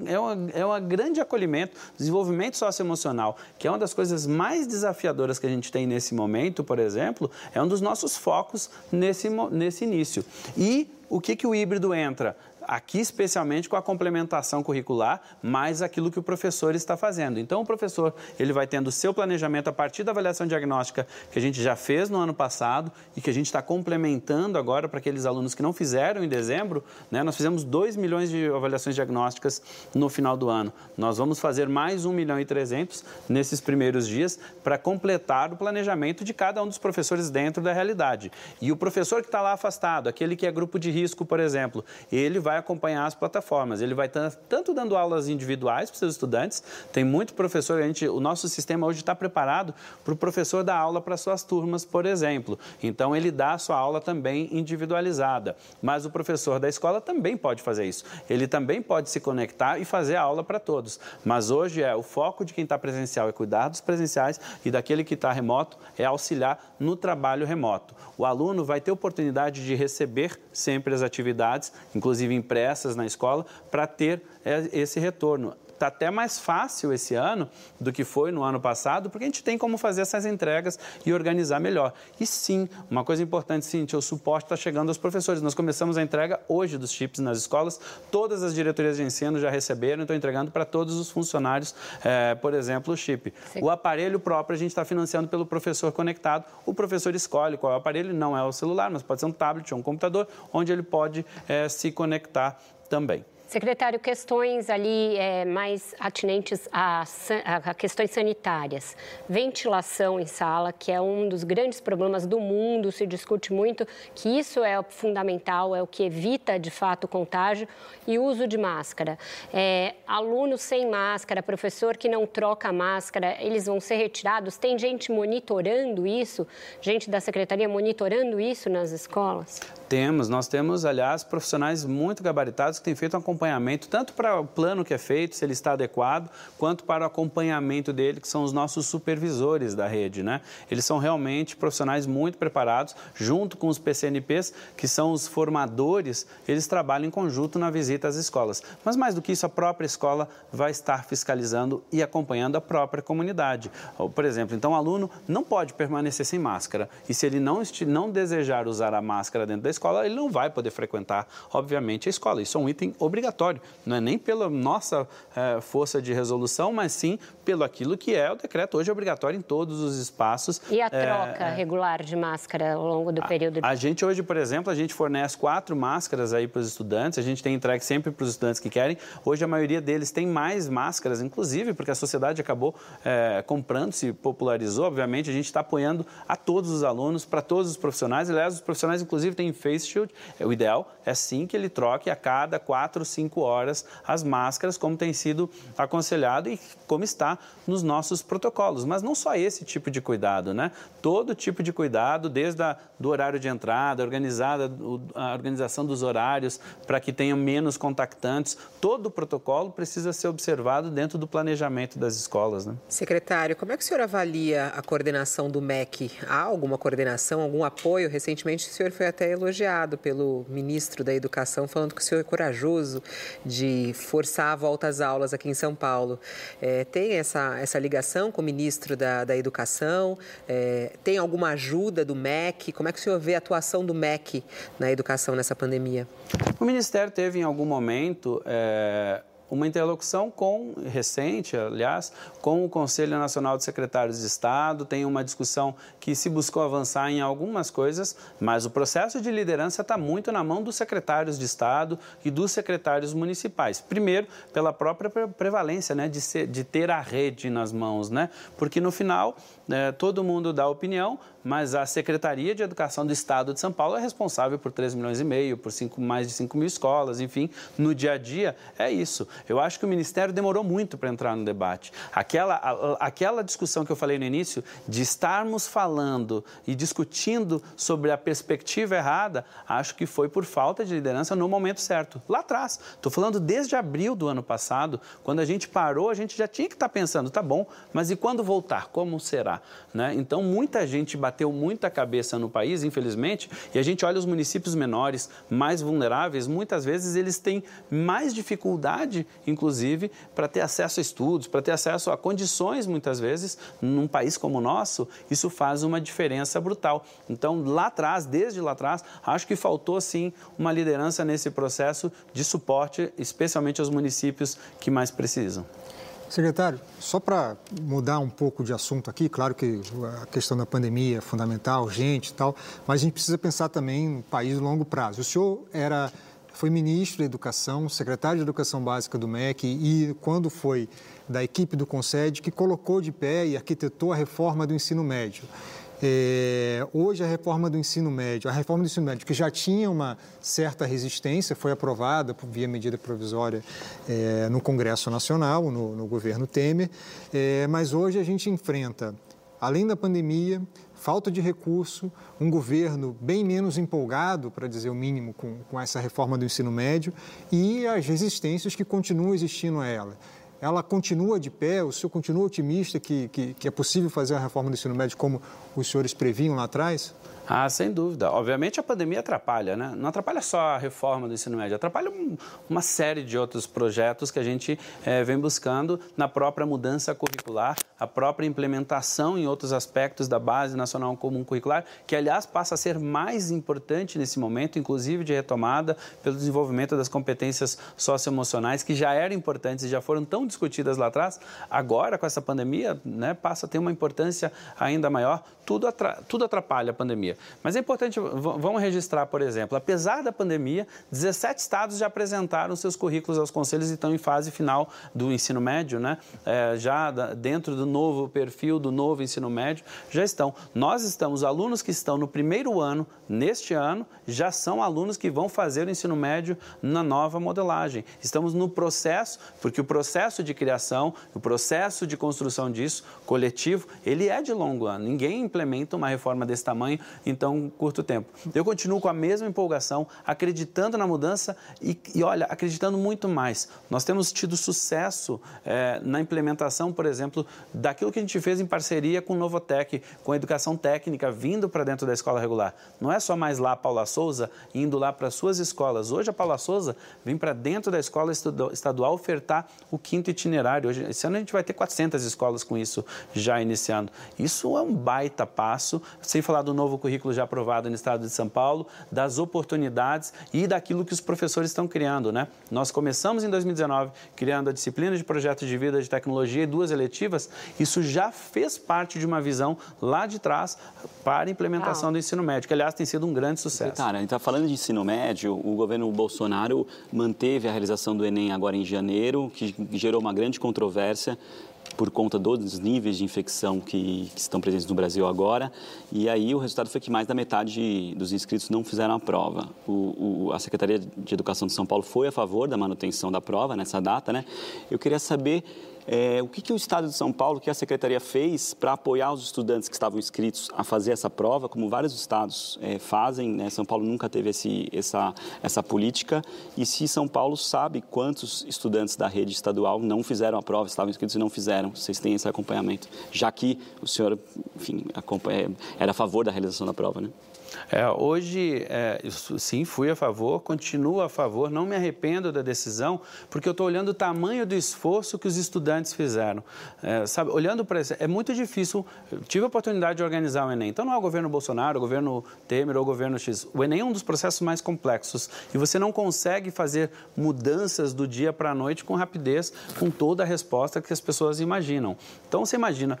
C: é um grande acolhimento, desenvolvimento socioemocional, que é uma das coisas mais desafiadoras que a gente tem nesse momento, por exemplo, é um dos nossos focos nesse início. E o que o híbrido entra? Aqui, especialmente com a complementação curricular, mais aquilo que o professor está fazendo. Então, o professor ele vai tendo o seu planejamento a partir da avaliação diagnóstica que a gente já fez no ano passado e que a gente está complementando agora para aqueles alunos que não fizeram em dezembro, né? Nós fizemos 2 milhões de avaliações diagnósticas no final do ano. Nós vamos fazer mais 1,3 milhão nesses primeiros dias para completar o planejamento de cada um dos professores dentro da realidade. E o professor que está lá afastado, aquele que é grupo de risco, por exemplo, ele vai acompanhar as plataformas, ele vai tanto dando aulas individuais para os seus estudantes, tem muito professor, o nosso sistema hoje está preparado para o professor dar aula para suas turmas, por exemplo. Então, ele dá a sua aula também individualizada, mas o professor da escola também pode fazer isso. Ele também pode se conectar e fazer a aula para todos. Mas hoje o foco de quem está presencial é cuidar dos presenciais e daquele que está remoto é auxiliar no trabalho remoto. O aluno vai ter oportunidade de receber sempre as atividades, inclusive impressas na escola, para ter esse retorno. Está até mais fácil esse ano do que foi no ano passado, porque a gente tem como fazer essas entregas e organizar melhor. E sim, uma coisa importante, Cíntia, o suporte está chegando aos professores. Nós começamos a entrega hoje dos chips nas escolas, todas as diretorias de ensino já receberam, estão entregando para todos os funcionários, por exemplo, o chip. Sim. O aparelho próprio a gente está financiando pelo professor conectado. O professor escolhe qual é o aparelho, não é o celular, mas pode ser um tablet ou um computador, onde ele pode se conectar também.
A: Secretário, questões ali mais atinentes a questões sanitárias. Ventilação em sala, que é um dos grandes problemas do mundo, se discute muito que isso é fundamental, é o que evita, de fato, o contágio, e o uso de máscara. Alunos sem máscara, professor que não troca a máscara, eles vão ser retirados? Tem gente monitorando isso? Gente da secretaria monitorando isso nas escolas?
C: Nós temos, aliás, profissionais muito gabaritados que têm feito um acompanhamento, tanto para o plano que é feito, se ele está adequado, quanto para o acompanhamento dele, que são os nossos supervisores da rede, né? Eles são realmente profissionais muito preparados, junto com os PCNPs, que são os formadores, eles trabalham em conjunto na visita às escolas. Mas mais do que isso, a própria escola vai estar fiscalizando e acompanhando a própria comunidade. Por exemplo, então o aluno não pode permanecer sem máscara, e se ele não desejar usar a máscara dentro da escola, ele não vai poder frequentar, obviamente, a escola. Isso é um item obrigatório, não é nem pela nossa força de resolução, mas sim pelo aquilo que o decreto hoje é obrigatório em todos os espaços.
A: E a troca regular de máscara ao longo do período?
C: A gente hoje, por exemplo, a gente fornece 4 máscaras aí para os estudantes, a gente tem entregue sempre para os estudantes que querem. Hoje a maioria deles tem mais máscaras, inclusive, porque a sociedade acabou comprando, se popularizou. Obviamente, a gente está apoiando a todos os alunos, para todos os profissionais. Aliás, os profissionais, inclusive, têm face shield. O ideal é sim que ele troque a cada 4, 5 horas as máscaras, como tem sido aconselhado e como está nos nossos protocolos. Mas não só esse tipo de cuidado, né? Todo tipo de cuidado, desde do horário de entrada, a organização dos horários para que tenham menos contactantes, todo o protocolo precisa ser observado dentro do planejamento das escolas, né?
D: Secretário, como é que o senhor avalia a coordenação do MEC? Há alguma coordenação, algum apoio? Recentemente o senhor foi até elogiado pelo ministro da Educação, falando que o senhor é corajoso de forçar a volta às aulas aqui em São Paulo. Tem essa ligação com o ministro da Educação? Tem alguma ajuda do MEC? Como é que o senhor vê a atuação do MEC na educação nessa pandemia?
C: O Ministério teve, em algum momento, uma interlocução recente, aliás, com o Conselho Nacional de Secretários de Estado. Tem uma discussão que se buscou avançar em algumas coisas, mas o processo de liderança está muito na mão dos secretários de Estado e dos secretários municipais. Primeiro, pela própria prevalência, né, de ter a rede nas mãos, né? Porque no final, todo mundo dá opinião, mas a Secretaria de Educação do Estado de São Paulo é responsável por 3,5 milhões, por mais de 5 mil escolas, enfim, no dia a dia é isso. Eu acho que o Ministério demorou muito para entrar no debate. Aquela discussão que eu falei no início, de estarmos falando e discutindo sobre a perspectiva errada, acho que foi por falta de liderança no momento certo. Lá atrás, estou falando desde abril do ano passado, quando a gente parou, a gente já tinha que estar pensando, tá bom, mas e quando voltar, como será? Né? Então, muita gente bateu muita cabeça no país, infelizmente, e a gente olha os municípios menores, mais vulneráveis, muitas vezes eles têm mais dificuldade, inclusive, para ter acesso a estudos, para ter acesso a condições, muitas vezes, num país como o nosso, isso faz uma diferença brutal. Então, lá atrás, desde lá atrás, acho que faltou, sim, uma liderança nesse processo de suporte, especialmente aos municípios que mais precisam.
E: Secretário, só para mudar um pouco de assunto aqui, claro que a questão da pandemia é fundamental, urgente e tal, mas a gente precisa pensar também no país de longo prazo. O senhor foi ministro da Educação, secretário de Educação Básica do MEC e, quando foi da equipe do Concede, que colocou de pé e arquitetou a reforma do ensino médio. Hoje a reforma do ensino médio, que já tinha uma certa resistência, foi aprovada via medida provisória no Congresso Nacional, no governo Temer, mas hoje a gente enfrenta, além da pandemia, falta de recurso, um governo bem menos empolgado, para dizer o mínimo, com essa reforma do ensino médio e as resistências que continuam existindo a ela. Ela continua de pé? O senhor continua otimista que é possível fazer a reforma do ensino médio como os senhores previam lá atrás?
C: Ah, sem dúvida. Obviamente a pandemia atrapalha, né? Não atrapalha só a reforma do ensino médio, atrapalha uma série de outros projetos que a gente vem buscando na própria mudança curricular, a própria implementação em outros aspectos da Base Nacional Comum Curricular, que, aliás, passa a ser mais importante nesse momento, inclusive de retomada pelo desenvolvimento das competências socioemocionais, que já eram importantes e já foram tão discutidas lá atrás. Agora, com essa pandemia, né, passa a ter uma importância ainda maior. Tudo atrapalha a pandemia. Mas é importante, vamos registrar, por exemplo, apesar da pandemia, 17 estados já apresentaram seus currículos aos conselhos e estão em fase final do ensino médio, né? Já dentro do novo perfil, do novo ensino médio, já estão. Nós estamos, alunos que estão no primeiro ano, neste ano, já são alunos que vão fazer o ensino médio na nova modelagem. Estamos no processo, porque o processo de criação, o processo de construção disso, coletivo, ele é de longo ano. Ninguém implementa uma reforma desse tamanho em tão curto tempo. Eu continuo com a mesma empolgação, acreditando na mudança e olha, acreditando muito mais. Nós temos tido sucesso na implementação, por exemplo, daquilo que a gente fez em parceria com o Novotec, com a educação técnica vindo para dentro da escola regular. Não é só mais lá a Paula Souza indo lá para suas escolas. Hoje a Paula Souza vem para dentro da escola estadual ofertar o 5º itinerário. Hoje, esse ano a gente vai ter 400 escolas com isso já iniciando. Isso é um baita passo, sem falar do novo currículo já aprovado no estado de São Paulo, das oportunidades e daquilo que os professores estão criando, né? Nós começamos em 2019 criando a disciplina de projetos de vida de tecnologia e 2 eletivas. Isso já fez parte de uma visão lá de trás para a implementação do ensino médio, que, aliás, tem sido um grande sucesso.
F: Secretária, a gente está falando de ensino médio, o governo Bolsonaro manteve a realização do Enem agora em janeiro, que gerou uma grande controvérsia por conta dos níveis de infecção que estão presentes no Brasil agora. E aí o resultado foi que mais da metade dos inscritos não fizeram a prova. A Secretaria de Educação de São Paulo foi a favor da manutenção da prova nessa data, né? Eu queria saber o que o Estado de São Paulo, que a Secretaria fez para apoiar os estudantes que estavam inscritos a fazer essa prova, como vários estados fazem, né? São Paulo nunca teve essa política. E se São Paulo sabe quantos estudantes da rede estadual não fizeram a prova, estavam inscritos e não fizeram, vocês têm esse acompanhamento, já que o senhor, enfim, era a favor da realização da prova, né?
C: Hoje, sim, fui a favor, continuo a favor, não me arrependo da decisão, porque eu estou olhando o tamanho do esforço que os estudantes fizeram. Sabe, olhando para isso, é muito difícil. Eu tive a oportunidade de organizar o Enem. Então, não é o governo Bolsonaro, o governo Temer ou o governo X. O Enem é um dos processos mais complexos e você não consegue fazer mudanças do dia para a noite com rapidez, com toda a resposta que as pessoas imaginam. Então, você imagina,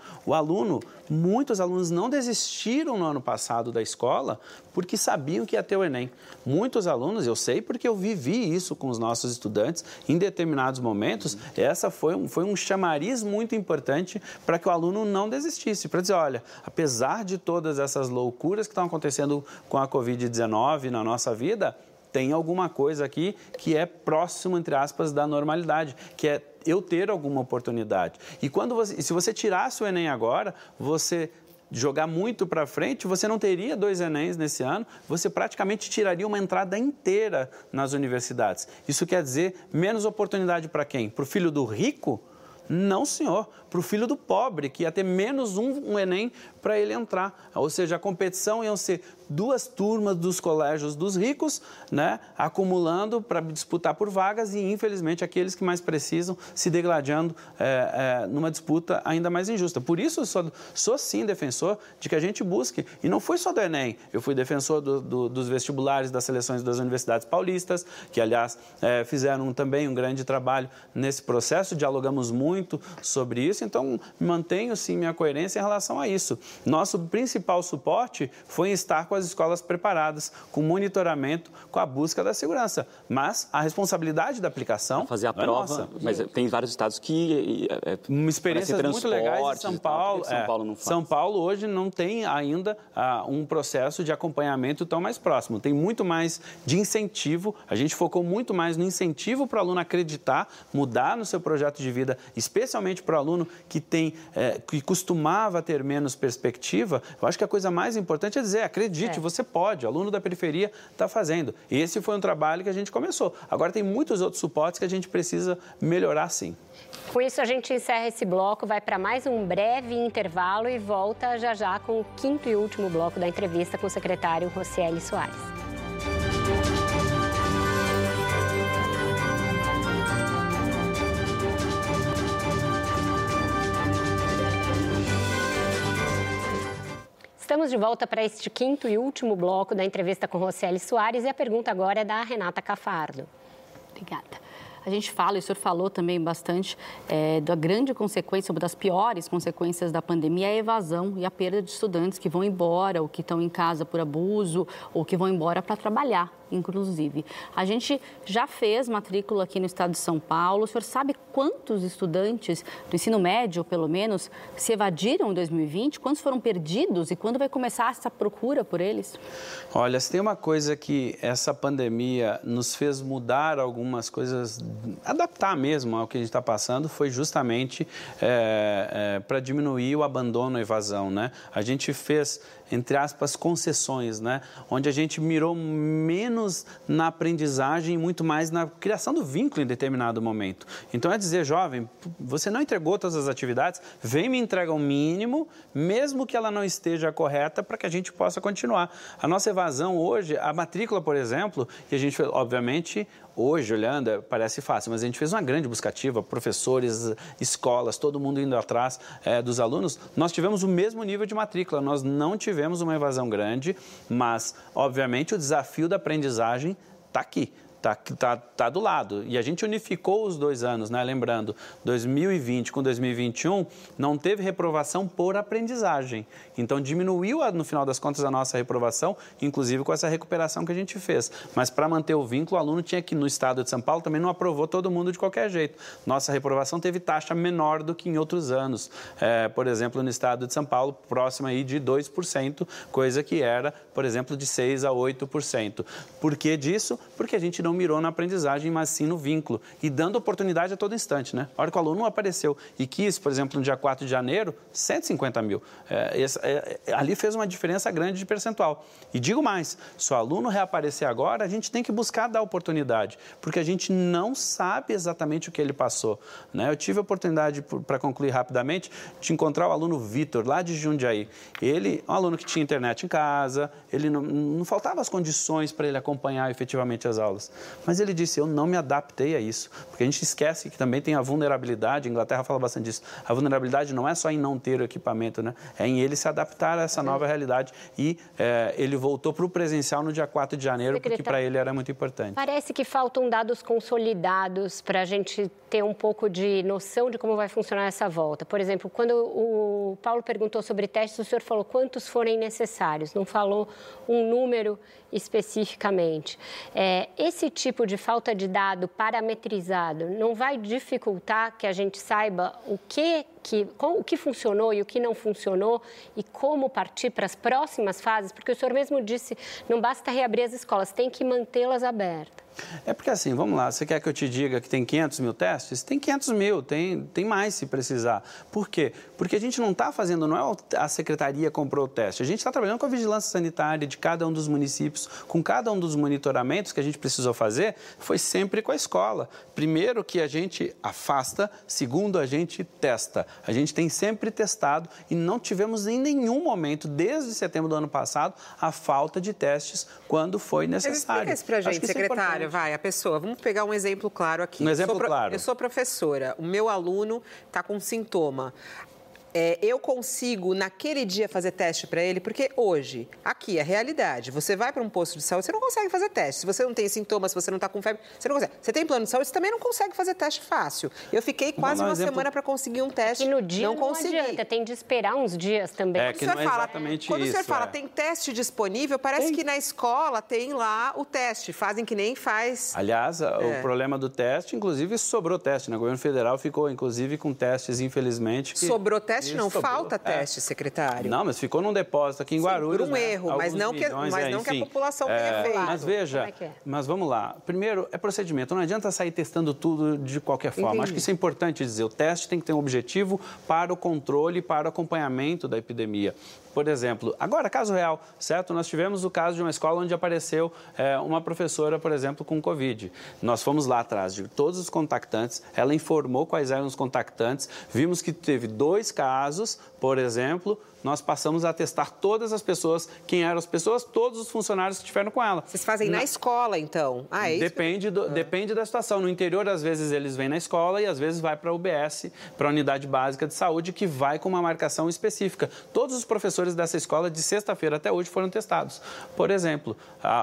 C: muitos alunos não desistiram no ano passado da escola porque sabiam que ia ter o Enem. Muitos alunos, eu sei porque eu vivi isso com os nossos estudantes, em determinados momentos, essa foi um chamariz muito importante para que o aluno não desistisse, para dizer, olha, apesar de todas essas loucuras que estão acontecendo com a Covid-19 na nossa vida, tem alguma coisa aqui que é próximo, entre aspas, da normalidade, que é eu ter alguma oportunidade. E se você tirasse o Enem agora, você jogar muito para frente, você não teria 2 Enems nesse ano, você praticamente tiraria uma entrada inteira nas universidades. Isso quer dizer menos oportunidade para quem? Para o filho do rico? Não, senhor. Para o filho do pobre, que ia ter menos um Enem para ele entrar. Ou seja, a competição iam ser 2 turmas dos colégios dos ricos, né, acumulando para disputar por vagas e, infelizmente, aqueles que mais precisam se degladiando numa disputa ainda mais injusta. Por isso, eu sou sim defensor de que a gente busque, e não foi só do Enem, eu fui defensor dos vestibulares das seleções das universidades paulistas, que, aliás, fizeram também um grande trabalho nesse processo, dialogamos muito sobre isso, então mantenho sim minha coerência em relação a isso. Nosso principal suporte foi em estar com as escolas preparadas, com monitoramento, com a busca da segurança. Mas a responsabilidade da aplicação
F: fazer a prova, nossa. Mas tem vários estados que
C: experiências muito legais em São Paulo.
F: São Paulo não faz.
C: São Paulo hoje não tem ainda um processo de acompanhamento tão mais próximo. Tem muito mais de incentivo. A gente focou muito mais no incentivo para o aluno acreditar, mudar no seu projeto de vida, especialmente para o aluno que costumava ter menos perspectiva. Eu acho que a coisa mais importante é dizer, acredite, você pode, o aluno da periferia está fazendo. Esse foi um trabalho que a gente começou. Agora tem muitos outros suportes que a gente precisa melhorar sim.
A: Com isso, a gente encerra esse bloco, vai para mais um breve intervalo e volta já com o 5º e último bloco da entrevista com o secretário Rocieli Soares. Estamos de volta para este 5º e último bloco da entrevista com Rocieli Soares e a pergunta agora é da Renata Cafardo.
H: Obrigada. A gente fala, e o senhor falou também bastante, da grande consequência, uma das piores consequências da pandemia é a evasão e a perda de estudantes que vão embora, ou que estão em casa por abuso, ou que vão embora para trabalhar, inclusive. A gente já fez matrícula aqui no estado de São Paulo. O senhor sabe quantos estudantes do ensino médio, pelo menos, se evadiram em 2020? Quantos foram perdidos e quando vai começar essa procura por eles?
C: Olha, se tem uma coisa que essa pandemia nos fez mudar algumas coisas, adaptar mesmo ao que a gente está passando, foi justamente para diminuir o abandono e evasão, né? A gente fez, entre aspas, concessões, né? Onde a gente mirou menos na aprendizagem e muito mais na criação do vínculo em determinado momento. Então, é dizer, jovem, você não entregou todas as atividades, vem me entrega o mínimo, mesmo que ela não esteja correta, para que a gente possa continuar. A nossa evasão hoje, a matrícula, por exemplo, que a gente, obviamente, hoje, olhando, parece fácil, mas a gente fez uma grande buscativa, professores, escolas, todo mundo indo atrás dos alunos. Nós tivemos o mesmo nível de matrícula, nós não tivemos uma evasão grande, mas, obviamente, o desafio da aprendizagem está aqui. Tá do lado. E a gente unificou os 2 anos, né? Lembrando, 2020 com 2021 não teve reprovação por aprendizagem. Então, diminuiu, no final das contas, a nossa reprovação, inclusive com essa recuperação que a gente fez. Mas, para manter o vínculo, o aluno tinha que, no estado de São Paulo, também não aprovou todo mundo de qualquer jeito. Nossa reprovação teve taxa menor do que em outros anos. Por exemplo, no estado de São Paulo, próxima aí de 2%, coisa que era, por exemplo, de 6% a 8%. Por que disso? Porque a gente não mirou na aprendizagem, mas sim no vínculo, e dando oportunidade a todo instante, né? A hora que o aluno apareceu e quis, por exemplo, no dia 4 de janeiro, 150 mil. Ali fez uma diferença grande de percentual. E digo mais, se o aluno reaparecer agora, a gente tem que buscar dar oportunidade, porque a gente não sabe exatamente o que ele passou, né? Eu tive a oportunidade, para concluir rapidamente, de encontrar o aluno Vitor, lá de Jundiaí. Ele é um aluno que tinha internet em casa, ele não faltavam as condições para ele acompanhar efetivamente as aulas. Mas ele disse, eu não me adaptei a isso, porque a gente esquece que também tem a vulnerabilidade, a Inglaterra fala bastante disso, a vulnerabilidade não é só em não ter o equipamento, né? É em ele se adaptar a essa nova realidade e ele voltou para o presencial no dia 4 de janeiro, porque para ele era muito importante.
A: Parece que faltam dados consolidados para a gente ter um pouco de noção de como vai funcionar essa volta. Por exemplo, quando o Paulo perguntou sobre testes, o senhor falou quantos forem necessários, não falou um número especificamente. Esse tipo de falta de dado parametrizado não vai dificultar que a gente saiba o que o que funcionou e o que não funcionou e como partir para as próximas fases? Porque o senhor mesmo disse, não basta reabrir as escolas, tem que mantê-las abertas.
C: É porque assim, vamos lá, você quer que eu te diga que tem 500 mil testes? Tem 500 mil, tem mais se precisar. Por quê? Porque a gente não está fazendo, não é a secretaria comprou o teste, a gente está trabalhando com a vigilância sanitária de cada um dos municípios, com cada um dos monitoramentos que a gente precisou fazer, foi sempre com a escola. Primeiro que a gente afasta, segundo a gente testa. A gente tem sempre testado e não tivemos em nenhum momento, desde setembro do ano passado, a falta de testes quando foi necessário.
D: Explica isso pra gente, secretário. Vai, a pessoa. Vamos pegar um exemplo claro aqui.
C: Um exemplo claro.
D: Eu sou professora, o meu aluno está com sintoma. Eu consigo, naquele dia, fazer teste para ele? Porque hoje, aqui, a realidade, você vai para um posto de saúde, você não consegue fazer teste. Se você não tem sintomas, se você não está com febre, você não consegue. Você tem plano de saúde, você também não consegue fazer teste fácil. Eu fiquei quase uma semana para conseguir um teste.
A: E no dia não
D: consegui.
A: Adianta, tem de esperar uns dias também.
C: Que não é exatamente
D: quando
C: isso.
D: Quando você fala tem teste disponível, parece que na escola tem lá o teste. Fazem que nem faz.
C: Aliás, o problema do teste, inclusive, sobrou teste. O governo federal ficou, inclusive, com testes, infelizmente.
D: Sobrou teste? Não, falta teste, secretário.
C: Não, mas ficou num depósito aqui em Guarulhos.
D: Por um erro, mas não que a população tenha feito.
C: Mas veja, mas vamos lá. Primeiro, é procedimento. Não adianta sair testando tudo de qualquer forma.
D: Entendi.
C: Acho que isso é importante dizer. O teste tem que ter um objetivo para o controle, para o acompanhamento da epidemia. Por exemplo, agora, caso real, certo? Nós tivemos o caso de uma escola onde apareceu uma professora, por exemplo, com Covid. Nós fomos lá atrás de todos os contactantes, ela informou quais eram os contactantes, vimos que teve 2 casos, por exemplo, nós passamos a testar todas as pessoas, quem eram as pessoas, todos os funcionários que estiveram com ela.
D: Vocês fazem na escola, então? É isso?
C: Depende da situação. No interior, às vezes, eles vêm na escola e, às vezes, vai para a UBS, para a Unidade Básica de Saúde, que vai com uma marcação específica. Todos os professores dessa escola, de sexta-feira até hoje, foram testados. Por exemplo,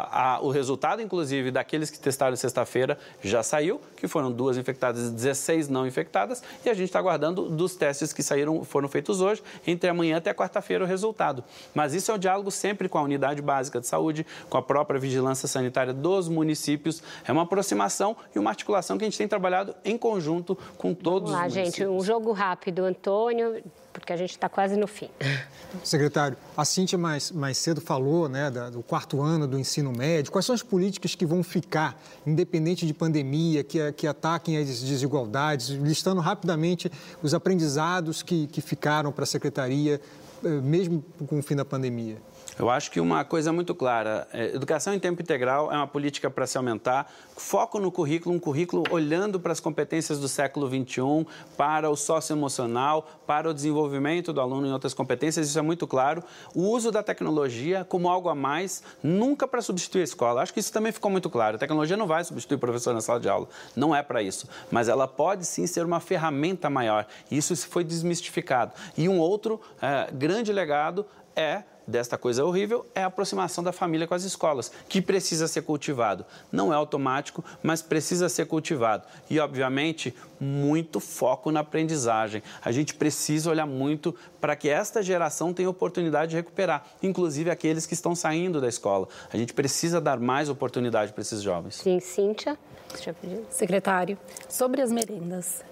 C: o resultado, inclusive, daqueles que testaram sexta-feira já saiu, que foram 2 infectadas e 16 não infectadas, e a gente está aguardando dos testes que foram feitos hoje, entre amanhã até quarta-feira o resultado. Mas isso é um diálogo sempre com a Unidade Básica de Saúde, com a própria vigilância sanitária dos municípios. É uma aproximação e uma articulação que a gente tem trabalhado em conjunto com todos os municípios.
A: Gente, um jogo rápido, Antônio, porque a gente está quase no fim.
E: Secretário, a Cíntia mais cedo falou, né, do 4º ano do ensino médio. Quais são as políticas que vão ficar, independente de pandemia, que ataquem as desigualdades, listando rapidamente os aprendizados que ficaram para a Secretaria, mesmo com o fim da pandemia?
C: Eu acho que uma coisa muito clara, educação em tempo integral é uma política para se aumentar, foco no currículo, um currículo olhando para as competências do século XXI, para o socioemocional, para o desenvolvimento do aluno em outras competências, isso é muito claro. O uso da tecnologia como algo a mais, nunca para substituir a escola. Acho que isso também ficou muito claro. A tecnologia não vai substituir o professor na sala de aula, não é para isso. Mas ela pode sim ser uma ferramenta maior, e isso foi desmistificado. E um outro grande legado desta coisa horrível é a aproximação da família com as escolas, que precisa ser cultivado. Não é automático, mas precisa ser cultivado. E, obviamente, muito foco na aprendizagem. A gente precisa olhar muito para que esta geração tenha oportunidade de recuperar, inclusive aqueles que estão saindo da escola. A gente precisa dar mais oportunidade para esses jovens.
A: Sim, Cíntia.
G: Secretário, sobre as merendas,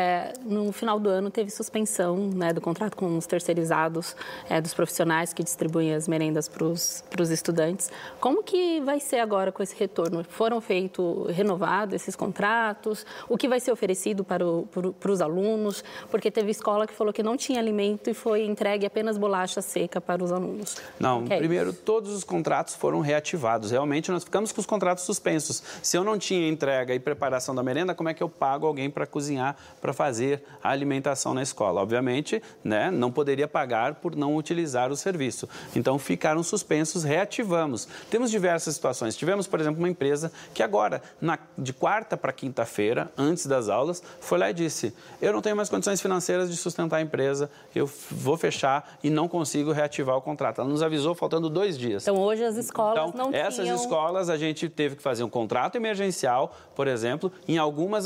G: no final do ano teve suspensão, né, do contrato com os terceirizados, dos profissionais que distribuem as merendas para os estudantes. Como que vai ser agora com esse retorno? Foram renovados esses contratos? O que vai ser oferecido para os alunos? Porque teve escola que falou que não tinha alimento e foi entregue apenas bolacha seca para os alunos.
C: Não, primeiro, todos os contratos foram reativados. Realmente, nós ficamos com os contratos suspensos. Se eu não tinha entrega e preparação da merenda, como é que eu pago alguém para cozinhar, para fazer a alimentação na escola? Obviamente, né, não poderia pagar por não utilizar o serviço. Então, ficaram suspensos, reativamos. Temos diversas situações. Tivemos, por exemplo, uma empresa que agora, de quarta para quinta-feira, antes das aulas, foi lá e disse: eu não tenho mais condições financeiras de sustentar a empresa, eu vou fechar e não consigo reativar o contrato. Ela nos avisou faltando 2 dias.
G: Então, hoje as escolas não tinham...
C: Essas escolas, a gente teve que fazer um contrato emergencial, por exemplo, em algumas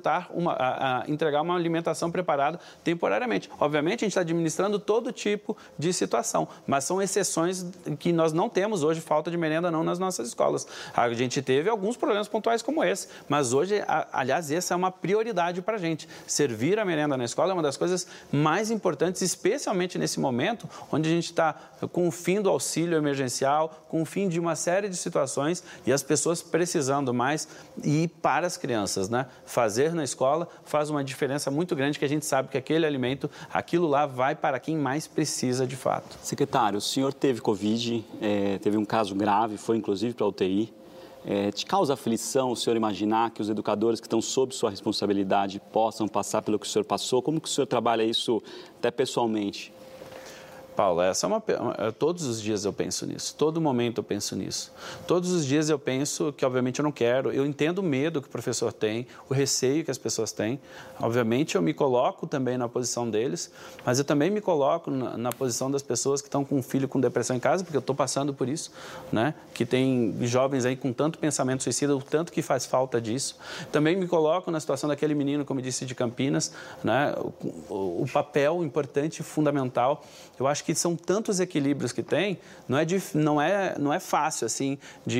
C: entregar uma alimentação preparada temporariamente. Obviamente, a gente está administrando todo tipo de situação, mas são exceções que nós não temos hoje falta de merenda não nas nossas escolas. A gente teve alguns problemas pontuais como esse, mas hoje, aliás, essa é uma prioridade para a gente. Servir a merenda na escola é uma das coisas mais importantes, especialmente nesse momento, onde a gente está com o fim do auxílio emergencial, com o fim de uma série de situações e as pessoas precisando mais. E para as crianças, né? Fazer na escola faz uma diferença muito grande, que a gente sabe que aquele alimento, aquilo lá vai para quem mais precisa de fato.
F: Secretário, o senhor teve Covid, teve um caso grave, foi inclusive para a UTI. Te causa aflição o senhor imaginar que os educadores que estão sob sua responsabilidade possam passar pelo que o senhor passou? Como que o senhor trabalha isso até pessoalmente?
C: Paulo, todos os dias eu penso nisso, todo momento eu penso nisso. Todos os dias eu penso que, obviamente, eu não quero, eu entendo o medo que o professor tem, o receio que as pessoas têm. Obviamente, eu me coloco também na posição deles, mas eu também me coloco na posição das pessoas que estão com um filho com depressão em casa, porque eu estou passando por isso, né? Que tem jovens aí com tanto pensamento suicida, o tanto que faz falta disso. Também me coloco na situação daquele menino, como eu disse, de Campinas, né? O papel importante e fundamental. Eu acho que são tantos equilíbrios que tem, não é fácil assim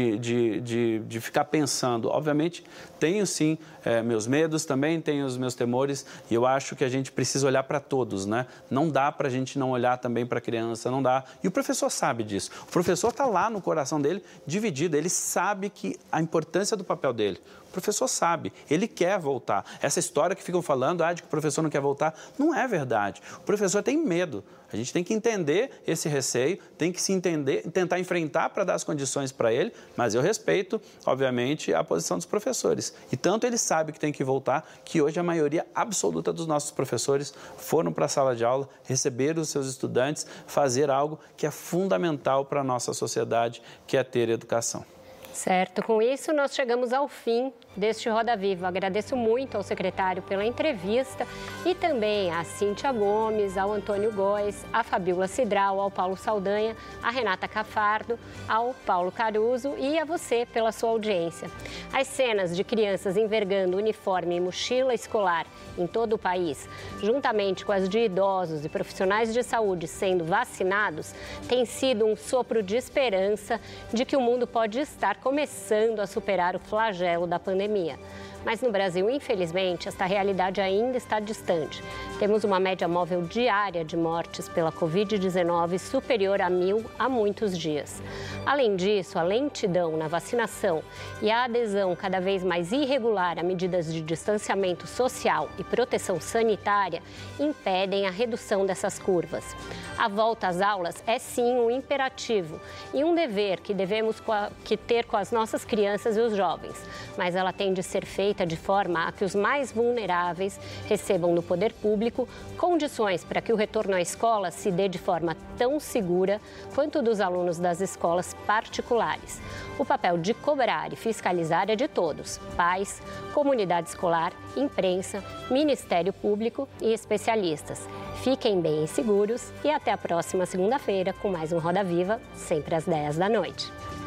C: de ficar pensando. Obviamente, tenho sim meus medos, também tenho os meus temores, e eu acho que a gente precisa olhar para todos, né? Não dá para a gente não olhar também para a criança, não dá. E o professor sabe disso. O professor está lá no coração dele, dividido, ele sabe que a importância do papel dele. O professor sabe, ele quer voltar. Essa história que ficam falando, de que o professor não quer voltar, não é verdade. O professor tem medo. A gente tem que entender esse receio, tem que se entender, tentar enfrentar para dar as condições para ele, mas eu respeito, obviamente, a posição dos professores. E tanto ele sabe que tem que voltar, que hoje a maioria absoluta dos nossos professores foram para a sala de aula, receber os seus estudantes, fazer algo que é fundamental para a nossa sociedade, que é ter educação.
A: Certo, com isso nós chegamos ao fim deste Roda Viva. Agradeço muito ao secretário pela entrevista e também a Cíntia Gomes, ao Antônio Góes, a Fabíola Cidral, ao Paulo Saldanha, a Renata Cafardo, ao Paulo Caruso e a você pela sua audiência. As cenas de crianças envergando uniforme e mochila escolar em todo o país, juntamente com as de idosos e profissionais de saúde sendo vacinados, tem sido um sopro de esperança de que o mundo pode estar começando a superar o flagelo da pandemia. Mas no Brasil, infelizmente, esta realidade ainda está distante. Temos uma média móvel diária de mortes pela Covid-19 superior a 1.000 há muitos dias. Além disso, a lentidão na vacinação e a adesão cada vez mais irregular a medidas de distanciamento social e proteção sanitária impedem a redução dessas curvas. A volta às aulas é sim um imperativo e um dever que devemos ter com as nossas crianças e os jovens, mas ela tem de ser feita de forma a que os mais vulneráveis recebam do poder público condições para que o retorno à escola se dê de forma tão segura quanto dos alunos das escolas particulares. O papel de cobrar e fiscalizar é de todos: pais, comunidade escolar, imprensa, Ministério Público e especialistas. Fiquem bem seguros e até a próxima segunda-feira com mais um Roda Viva, sempre às 10 da noite.